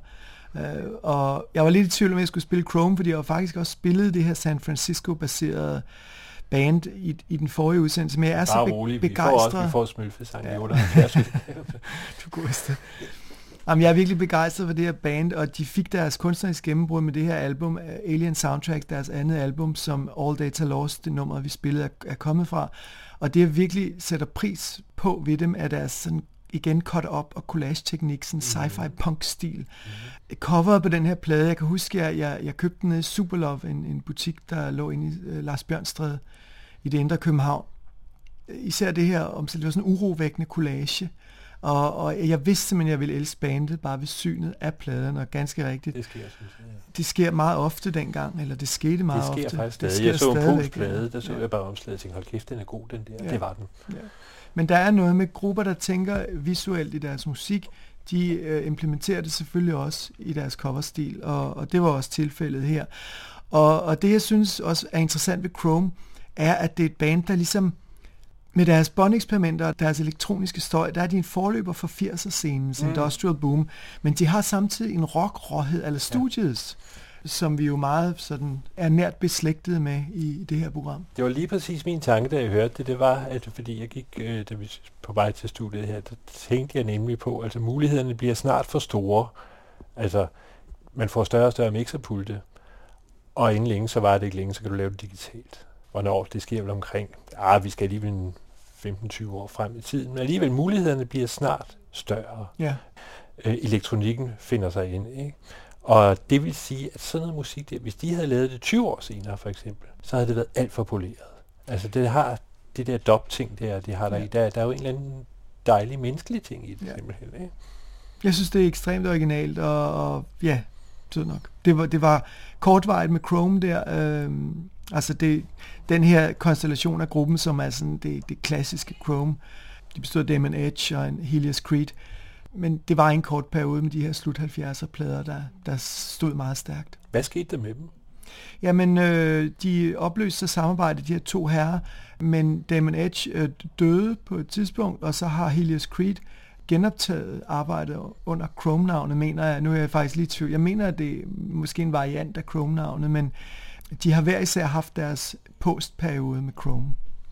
Og jeg var lidt i tvivl om, at jeg skulle spille Chrome, fordi jeg var faktisk også spillet det her San Francisco-baserede band i den forrige udsendelse, men jeg er så begejstret. Vi får Smølfesang i 78. Du godeste. Jamen, jeg er virkelig begejstret for det her band, og de fik deres kunstneriske gennembrud med det her album, Alien Soundtrack, deres andet album, som All Data Lost, det nummer, vi spillede, er kommet fra. Og det, jeg virkelig sætter pris på ved dem, er deres sådan, igen cut-up og collage-teknik, sådan sci-fi punk-stil. Coveret på den her plade, jeg kan huske, jeg købte den i Superlove, en butik, der lå inde i Lars Bjørnstræde i det indre København. Især det her, det var sådan en urovækkende collage. Og jeg vidste simpelthen, at jeg ville elske bandet bare ved synet af pladerne, og ganske rigtigt. Det sker, synes jeg. Ja. Det sker meget ofte dengang, eller det skete meget ofte. Det sker faktisk stadig. Jeg så en polsk plade, der så jeg bare omslaget og tænkte, hold kæft, den er god, den der. Ja. Det var den. Ja. Men der er noget med grupper, der tænker visuelt i deres musik. De implementerer det selvfølgelig også i deres coverstil, og det var også tilfældet her. Og det, jeg synes også er interessant ved Chrome, er, at det er et band, der ligesom med deres båndeksperimenter og deres elektroniske støj, der er de en forløber for 80'er-scenens industrial boom, men de har samtidig en rock-råhed eller studies, som vi jo meget sådan er nært beslægtet med i det her program. Det var lige præcis min tanke, da jeg hørte det. Det var, at fordi jeg gik da vi på vej til studiet her, der tænkte jeg nemlig på, altså mulighederne bliver snart for store. Altså, man får større og større mixerpulte, og inden længe, så var det ikke længe, så kan du lave det digitalt. Hvornår det sker vel omkring, vi skal alligevel 15-20 år frem i tiden, men alligevel mulighederne bliver snart større. Ja. Elektronikken finder sig ind, ikke? Og det vil sige, at sådan noget musik der, hvis de havde lavet det 20 år senere for eksempel, så havde det været alt for poleret. Altså det har det der dub-ting der, det har der i. Der er jo en eller anden dejlig menneskelig ting i det simpelthen, ikke? Jeg synes, det er ekstremt originalt, og ja, så nok. Det var kortvarigt med Chrome der, altså den her konstellation af gruppen, som er sådan det klassiske Chrome. De bestod af Damon Edge og en Helios Creed. Men det var en kort periode med de her slut 70'er-plader, der stod meget stærkt. Hvad skete der med dem? Jamen, de opløste sig samarbejdet, de her to herrer, men Damon Edge døde på et tidspunkt, og så har Helios Creed genoptaget arbejdet under Chrome-navnet, mener jeg. Nu er jeg faktisk lige i tvivl. Jeg mener, at det er måske en variant af Chrome-navnet, men de har hver især haft deres postperiode med Chrome.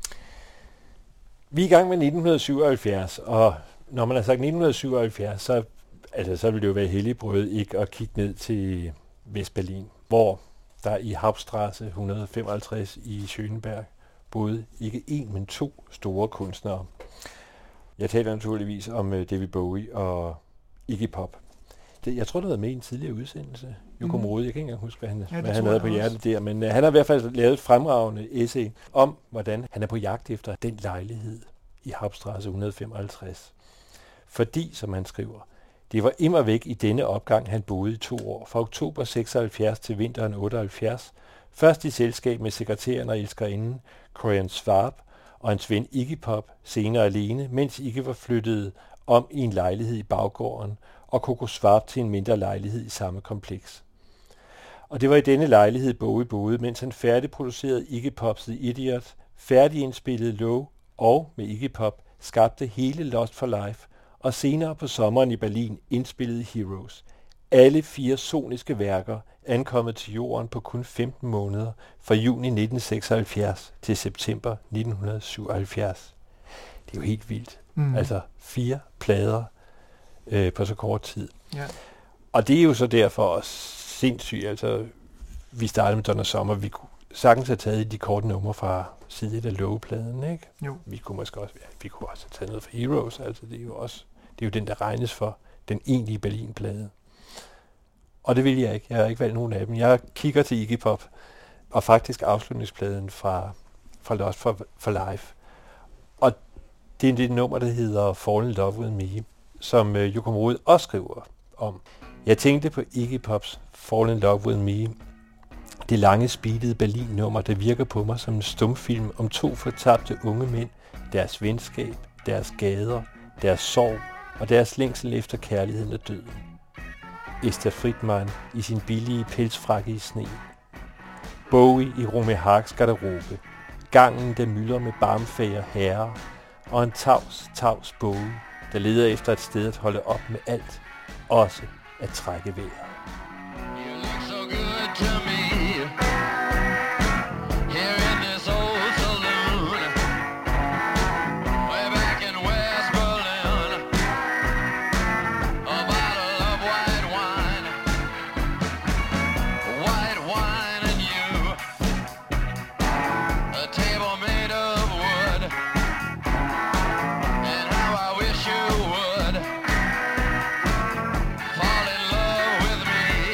Vi er i gang med 1977, og når man har sagt 1977, så vil det jo være helligbrød ikke at kigge ned til Vestberlin, hvor der i Hauptstraße 155 i Schöneberg boede ikke en, men to store kunstnere. Jeg taler naturligvis om David Bowie og Iggy Pop. Jeg tror, der var med i en tidligere udsendelse. Yoko Mode, jeg kan ikke engang huske, hvad han havde på hjertet der, men han har i hvert fald lavet et fremragende essay om, hvordan han er på jagt efter den lejlighed i Hauptstraße 155. Fordi, som han skriver, det var immervæk i denne opgang, han boede i 2 år, fra oktober 76 til vinteren 78, først i selskab med sekretæren og elskerinden Corinne Schwab og hans ven Iggy Pop, senere alene, mens Iggy var flyttet om i en lejlighed i baggården, og Coco Schwab til en mindre lejlighed i samme kompleks. Og det var i denne lejlighed Bowie boede, mens han færdigproducerede Iggy Pops The Idiot, færdigindspillede Low og med Iggy Pop skabte hele Lost for Life, og senere på sommeren i Berlin indspillede Heroes. Alle 4 soniske værker ankommet til jorden på kun 15 måneder fra juni 1976 til september 1977. Det er jo helt vildt. Altså 4 plader på så kort tid. Ja. Og det er jo så derfor også sindssygt. Altså, vi startede med Donna Summer. Vi kunne sagtens have taget de korte numre fra side 1 af Low-pladen, ikke? Jo. Vi kunne også have taget noget fra Heroes. Altså, det er jo den, der regnes for den egentlige Berlin-plade. Og det vil jeg ikke. Jeg har ikke valgt nogen af dem. Jeg kigger til Iggy Pop, og faktisk afslutningspladen fra Lost for Life. Og det er det nummer, der hedder Fall in Love with Me, som Yoko Mode også skriver om. Jeg tænkte på Iggy Pops Fall in Love with Me, det lange, speedede Berlin-nummer, der virker på mig som en stumfilm om 2 fortabte unge mænd, deres venskab, deres gader, deres sorg og deres længsel efter kærligheden og døden. Esther Friedman i sin billige pelsfrakke i sne. Bowie i Romeo Harks garderobe. Gangen, der myldrer med barmfagre herrer. Og en tavs Bowie, der leder efter et sted at holde op med alt. Også at trække vejret. You look so good to me. Here in this old saloon. Way back in West Berlin. A bottle of white wine. White wine and you. A table made of wood. And how I wish you would fall in love with me.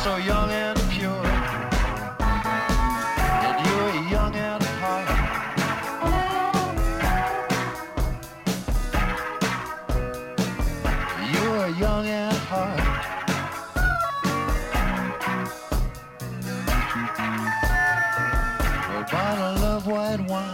so young and pure, and you're young at heart. You're young at heart. A bottle of white wine.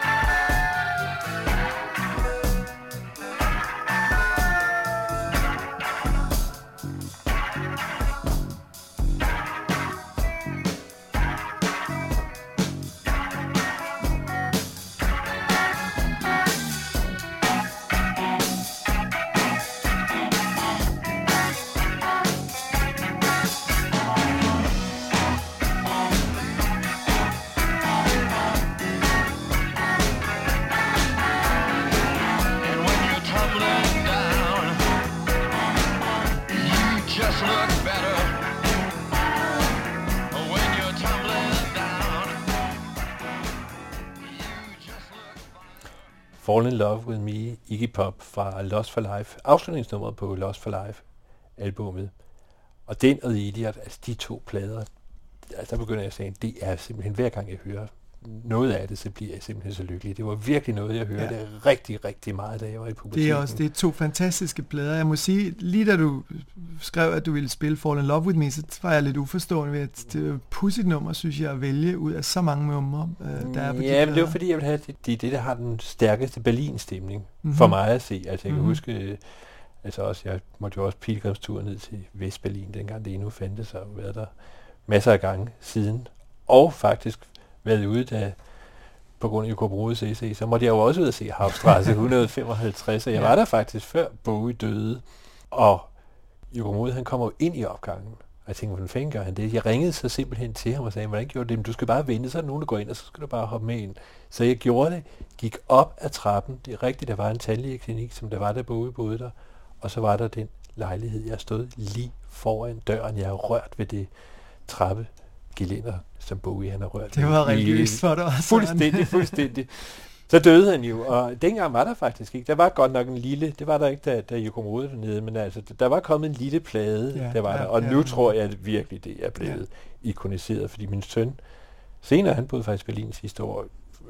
Fall in Love with Me, Iggy Pop fra Lost for Life, afslutningsnummeret på Lost for Life albummet. Og den og The Idiot, altså de to plader, altså der begynder jeg at sige, det er simpelthen, hver gang jeg hører noget af det, så bliver jeg simpelthen så lykkelig. Det var virkelig noget, jeg hørte rigtig, rigtig meget, da jeg var i puberteten. Det er to fantastiske plader. Jeg må sige, lige da du skrev, at du ville spille Fall in Love with Me, så var jeg lidt uforstående ved, at det var et pudsigt nummer, synes jeg, at vælge ud af så mange numre, der er på ja, men det var fordi, jeg vil have, det der har den stærkeste Berlin-stemning for mig at se. Altså jeg kan huske, altså også, jeg måtte jo også pilgrimstur ned til Vestberlin, dengang det endnu fandtes, og været der masser af gange siden. Og faktisk været ude, da på grund af Jacob Rodes essay, så måtte jeg jo også ud at se Hauptstraße 155, og jeg var der faktisk før Bowie døde, og Jacob Rode, han kommer jo ind i opgangen, og jeg tænkte, hvordan fanden gør han det? Jeg ringede så simpelthen til ham og sagde, hvordan gjorde det? Men du skal bare vente, så er der nogen, der går ind, og så skal du bare hoppe med ind. Så jeg gjorde det, gik op ad trappen, det er rigtigt, der var en tandlægeklinik, som der var der Bowie boede der, og så var der den lejlighed, jeg stod lige foran døren, jeg har rørt ved det trappegelænder, som Bowie han har rørt. Det var religiøst for dig også. Fuldstændig. Så døde han jo, og dengang var der faktisk ikke. Der var godt nok en lille, det var der ikke, da Jacob Rode dernede, men altså, der var kommet en lille plade, der var der, og nu tror jeg at virkelig, det er blevet ikoniseret, fordi min søn, senere han boede faktisk i Berlin sidste år,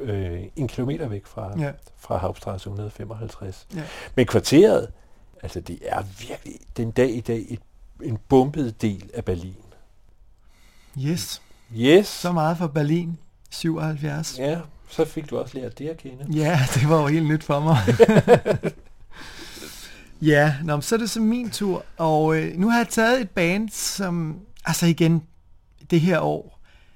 1 kilometer væk fra Hauptstraße 155. Ja. Men kvarteret, altså det er virkelig den dag i dag en bumpet del af Berlin. Yes. Så meget for Berlin, 77. Ja, så fik du også lært det at kende. Ja, det var jo helt nyt for mig. Ja, så er det så min tur, og nu har jeg taget et band, som, altså igen, det her år,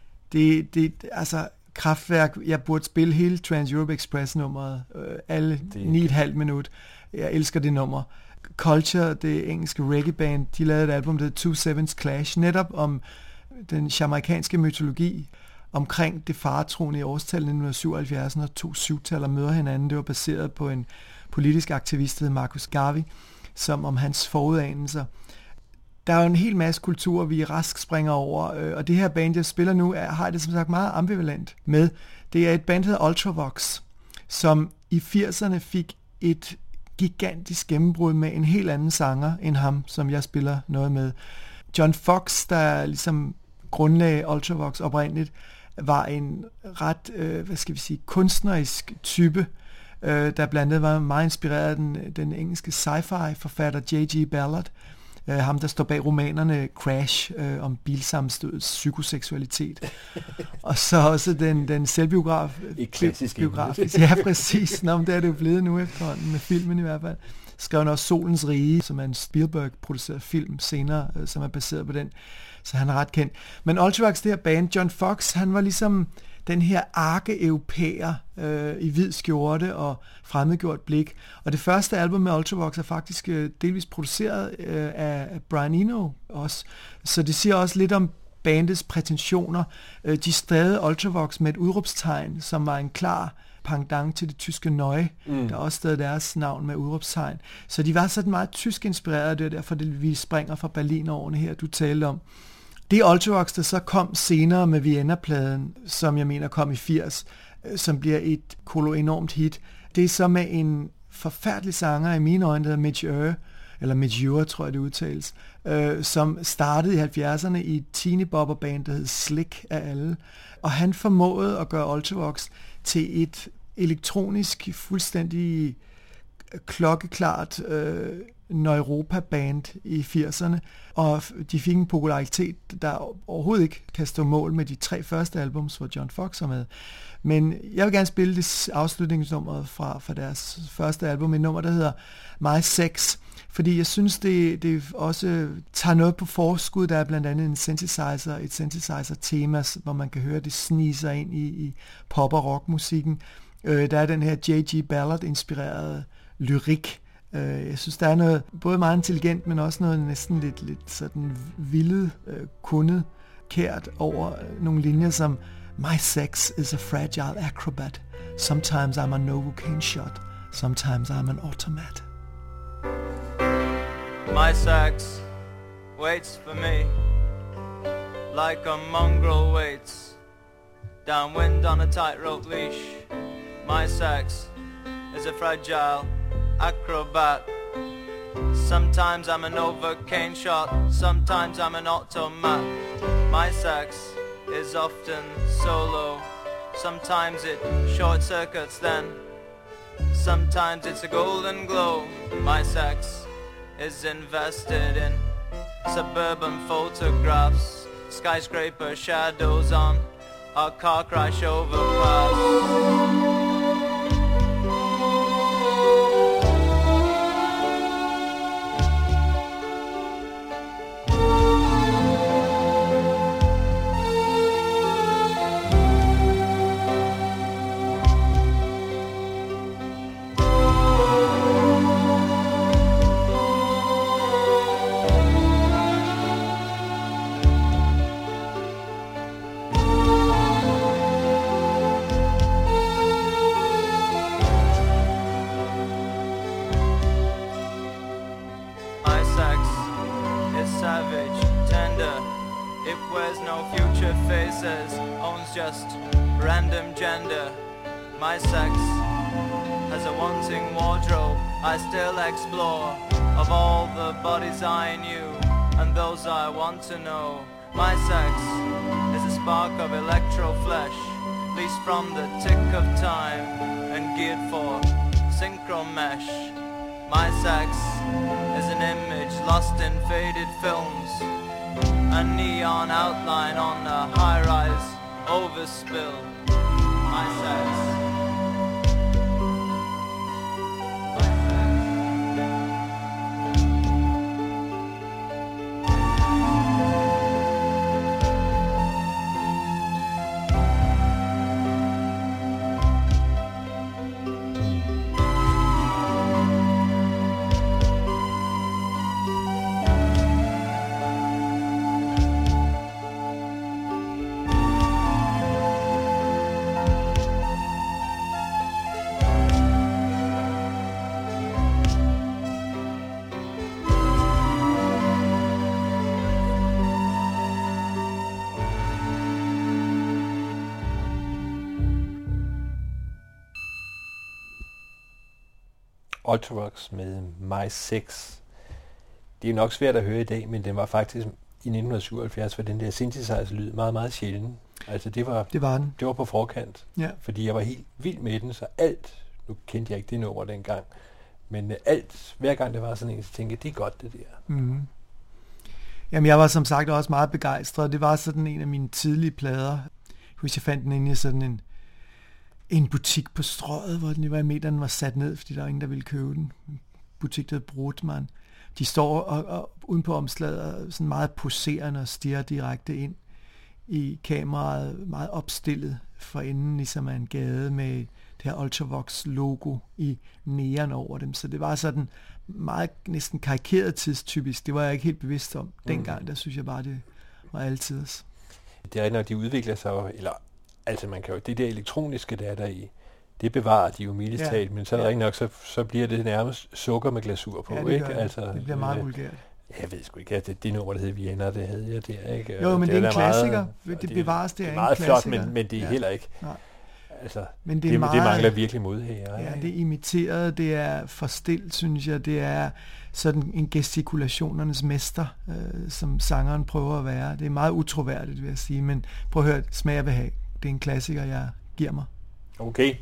altså Kraftwerk, jeg burde spille hele Trans-Europe Express-nummeret, alle 9,5 minut. Jeg elsker det nummer. Culture, det engelske reggae-band, de lavede et album, der hedder Two Sevens Clash, netop om den jamaikanske mytologi omkring det faretroende i årstallet 1977, når 2 syvtaller møder hinanden. Det var baseret på en politisk aktivist, der hed Marcus Garvey, som om hans forudanelser. Der er jo en hel masse kultur, vi rask springer over, og det her band, jeg spiller nu, har det som sagt meget ambivalent med. Det er et band, der hedder Ultravox, som i 80'erne fik et gigantisk gennembrud med en helt anden sanger end ham, som jeg spiller noget med. John Fox, der ligesom grundlagde Ultravox oprindeligt, var en ret, kunstnerisk type, der blandt andet var meget inspireret af den engelske sci-fi forfatter J.G. Ballard, ham der står bag romanerne Crash om bilsammenstødets psykoseksualitet. Og så også den selvbiografisk. Ja, præcis. Men det er det jo blevet nu efterhånden, med filmen i hvert fald. Skrev han også Solens Rige, som er en Spielberg-produceret film senere, som er baseret på den. Så han er ret kendt. Men Ultravox, det her band, John Fox, han var ligesom den her arke-europæer i hvid skjorte og fremmedgjort blik. Og det første album med Ultravox er faktisk delvis produceret af Brian Eno også. Så det siger også lidt om bandets prætensioner. De stavede Ultravox med et udråbstegn, som var en klar pendant til det tyske Neue, der også stadig deres navn med udråbstegn. Så de var sådan meget tysk inspireret, det er derfor, vi springer fra Berlin-årene her, du talte om. Det Ultravox, der så kom senere med Vienna-pladen, som jeg mener kom i 80, som bliver et enormt hit, det er så med en forfærdelig sanger i mine øjne, der hedder Midge Ure, eller Medjure, tror jeg det udtales, som startede i 70'erne i et teeny-bopper-band, der hed Slick af alle. Og han formåede at gøre Ultravox til et elektronisk, fuldstændig klokkeklart Neuropa-band i 80'erne, og de fik en popularitet, der overhovedet ikke kan stå mål med de 3 første albums, hvor John Fox er med. Men jeg vil gerne spille det afslutningsnummeret fra deres første album, et nummer, der hedder My Sex, fordi jeg synes, det også tager noget på forskud. Der er blandt andet et synthesizer-tema, hvor man kan høre, det sniger ind i pop- og rockmusikken. Der er den her J.G. Ballard-inspirerede lyrik. Jeg synes, der er noget både meget intelligent, men også noget næsten lidt sådan vildt, kundet, kært over nogle linjer som My sex is a fragile acrobat. Sometimes I'm a Novocaine shot. Sometimes I'm an automat. My sex waits for me like a mongrel waits downwind on a tightrope leash. My sex is a fragile acrobat. Sometimes I'm a Novocaine shot, sometimes I'm an automat. My sex is often solo, sometimes it short circuits then, sometimes it's a golden glow. My sex is invested in suburban photographs, skyscraper shadows on our car crash overpass. Just random gender. My sex has a wanting wardrobe I still explore, of all the bodies I knew and those I want to know. My sex is a spark of electro flesh, leased from the tick of time and geared for synchro mesh. My sex is an image lost in faded films, a neon outline on a high-rise overspill. My sex. Ultravox med My Sex. Det er jo nok svært at høre i dag, men den var faktisk i 1977 for den der synthesizer-lyd meget, meget sjælden. Altså det var den. Det var på forkant, ja. Fordi jeg var helt vild med den, så alt, nu kendte jeg ikke det nummer dengang, men alt, hver gang det var sådan en, så tænkte jeg, det er godt det der. Mm. Jamen jeg var som sagt også meget begejstret. Det var sådan en af mine tidlige plader. Hvis jeg fandt den inde i sådan en butik på Strøget, hvor den i meteren var sat ned, fordi der var ingen, der ville købe den. En butik, der hed Brotman. De står og uden på omslaget og sådan meget poserende og stirrer direkte ind i kameraet, meget opstillet for enden, ligesom af en gade med det her Ultravox logo i neon over dem. Så det var sådan meget næsten karikeret tidstypisk. Det var jeg ikke helt bevidst om dengang. Der synes jeg bare, det var altid. Det er, når de udvikler sig, eller altså man kan jo, det der elektroniske, der er der i, det bevarer de jo mildest talt, men så er der ikke nok, så bliver det nærmest sukker med glasur på, det ikke? Altså, det bliver meget vulgært. Jeg ved sgu ikke, at det nummer, der hedder Vienna, det havde jeg der, ikke? Jo, men det er en klassiker. Meget, det bevares, det er en meget klassiker. Flot, men det er heller ikke. Nej. altså, Men det mangler virkelig modhære. Ja, det er imiteret, det er for stilt, synes jeg. Det er sådan en gestikulationernes mester, som sangeren prøver at være. Det er meget utroværdigt, vil jeg sige, men prøv at høre, smag og behag. Det er en klassiker, jeg giver mig. Okay.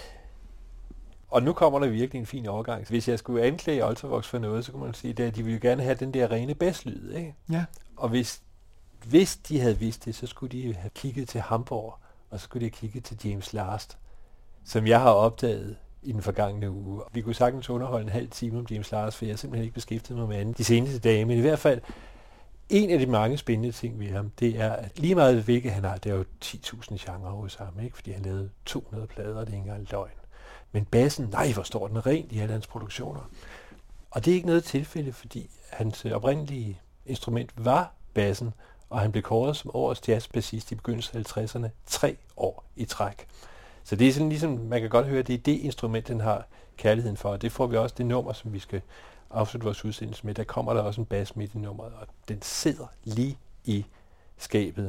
Og nu kommer der virkelig en fin overgang. Hvis jeg skulle anklage Ultravox for noget, så kunne man sige, at de ville gerne have den der rene basslyd, ikke? Ja. Og hvis de havde vidst det, så skulle de have kigget til Hamburg, og så skulle de have kigget til James Last, som jeg har opdaget i den forgangne uge. Vi kunne sagtens underholde en halv time om James Last, for jeg har simpelthen ikke beskæftiget mig med andet de seneste dage, men i hvert fald en af de mange spændende ting ved ham, det er, at lige meget hvilket han har, det er jo 10.000 genrer hos ham, ikke? Fordi han lavede 200 plader, og det er ikke engang løgn. Men bassen, nej, hvor står den rent i alle hans produktioner. Og det er ikke noget tilfælde, fordi hans oprindelige instrument var bassen, og han blev kåret som årets jazzbassist i begyndelsen af 50'erne 3 år i træk. Så det er sådan ligesom, man kan godt høre, at det er det instrument, den har kærligheden for. Og det får vi også det nummer, som vi skal afslutte vores udsendelse med. Der kommer der også en bas midt i nummeret, og den sidder lige i skabet.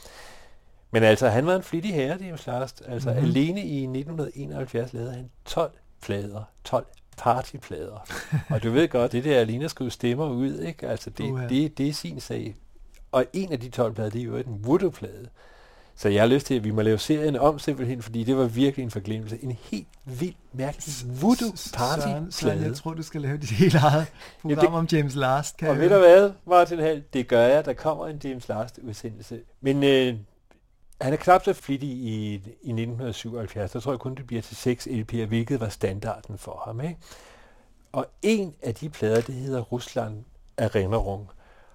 Men altså, han var en flittig herre, James Last. Altså, alene i 1971 lavede han 12 plader. 12 partyplader. Og du ved godt, det der alene at skrive stemmer ud, ikke? Altså, det er sin sag. Og en af de 12 plader, det er jo en voodoo-plade. Så jeg har lyst til, at vi må lave serien om simpelthen, fordi det var virkelig en forglemmelse. En helt vild, mærkelig voodoo-party-plade. Søren, jeg tror, du skal lave dit helt eget program om James Last. Og ved du hvad, Martin Hall? Det gør jeg. Der kommer en James Last-udsendelse. Men han er knap så flittig i 1977. Der tror jeg kun, det bliver til 6 LP'er, hvilket var standarden for ham. Ikke? Og en af de plader, det hedder Rusland Erinnerung.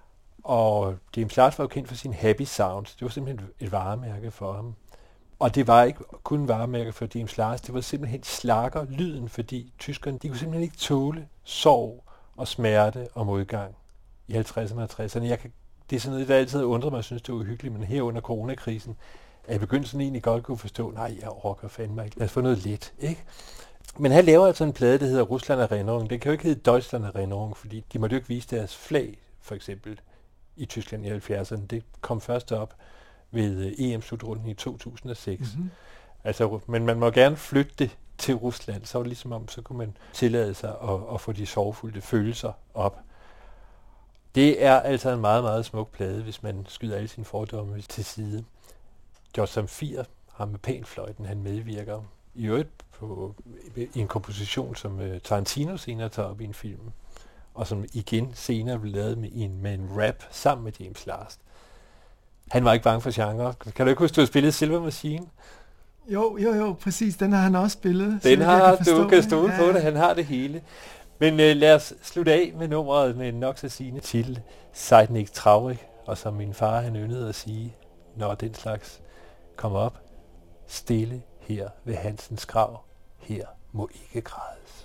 Og James Last var jo kendt for sin happy sound. Det var simpelthen et varemærke for ham. Og det var ikke kun et varemærke for James Last, det var simpelthen slakker lyden, fordi tyskerne, de kunne simpelthen ikke tåle sorg og smerte og modgang i 50'erne og 60'erne. Det er sådan noget, der altid undrer mig, jeg synes, det var uhyggeligt, men her under coronakrisen, at jeg begyndte sådan egentlig godt kunne forstå, nej, jeg orker fandme ikke. Lad os få noget let, ikke? Men han laver altså en plade, der hedder Rusland Erinnerung. Det kan jo ikke hedde Deutschland Erinnerung, fordi de måtte jo ikke vise deres flag, for eksempel, i Tyskland i 70'erne. Det kom først op ved EM-slutrunden i 2006. Mm-hmm. Altså, men man må gerne flytte det til Rusland. Så var det ligesom om, så kunne man tillade sig at få de sorgfulde følelser op. Det er altså en meget, meget smuk plade, hvis man skyder alle sine fordomme til side. George Zamfir har med Panfløjten, han medvirker. I øvrigt i en komposition, som Tarantino senere tager op i en film, og som igen senere blev lavet med en rap sammen med James Last. Han var ikke bange for genre. Kan du ikke huske, du har spillet Silver Machine? Jo, præcis. Den har han også spillet. Den har du kan stole på det. Han har det hele. Men lad os slutte af med nummeret med en nok så sigende titel, Seid nicht traurig, og som min far han yndede at sige, når den slags kommer op, stille her ved Hansens grav, her må ikke grædes.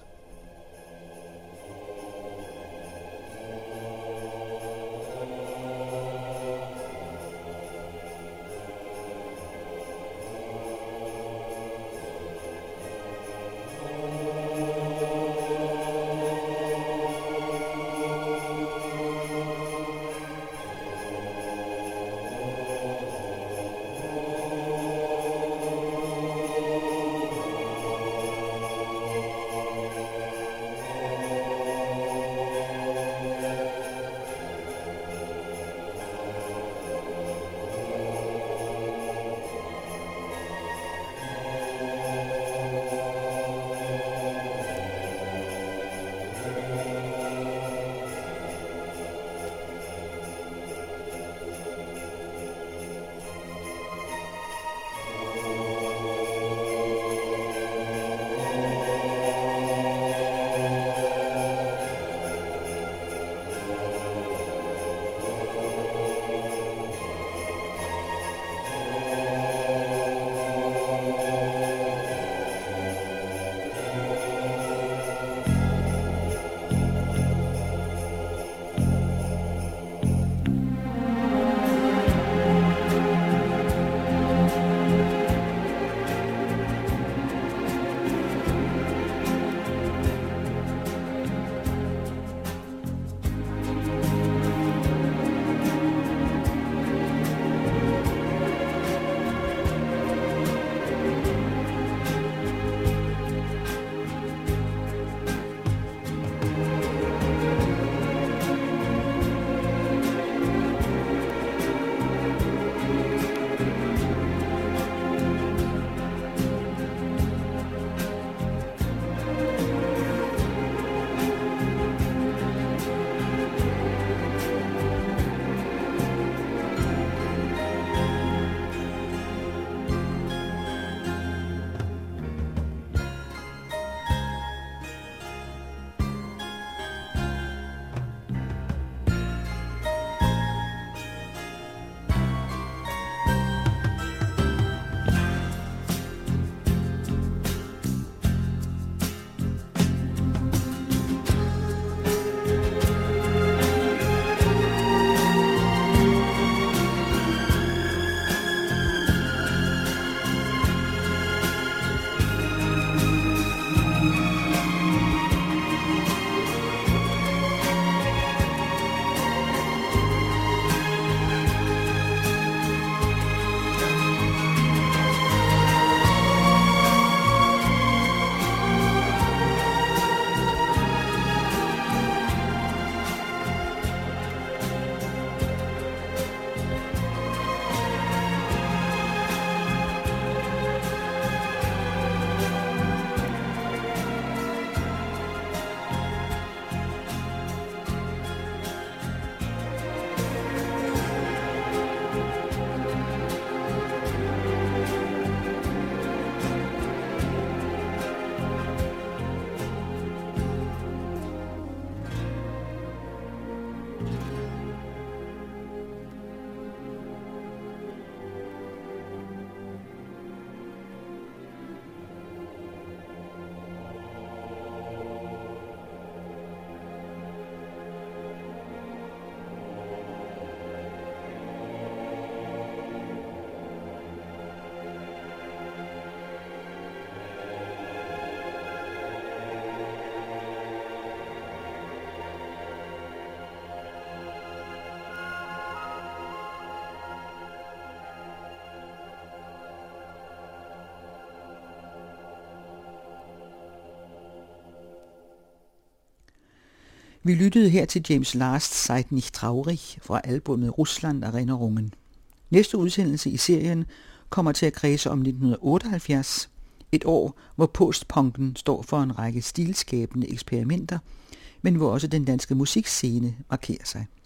Vi lyttede her til James Last Seid nicht traurig fra albumet Rusland Erinnerungen. Næste udsendelse i serien kommer til at kredse om 1978, et år, hvor postpunken står for en række stilskabende eksperimenter, men hvor også den danske musikscene markerer sig.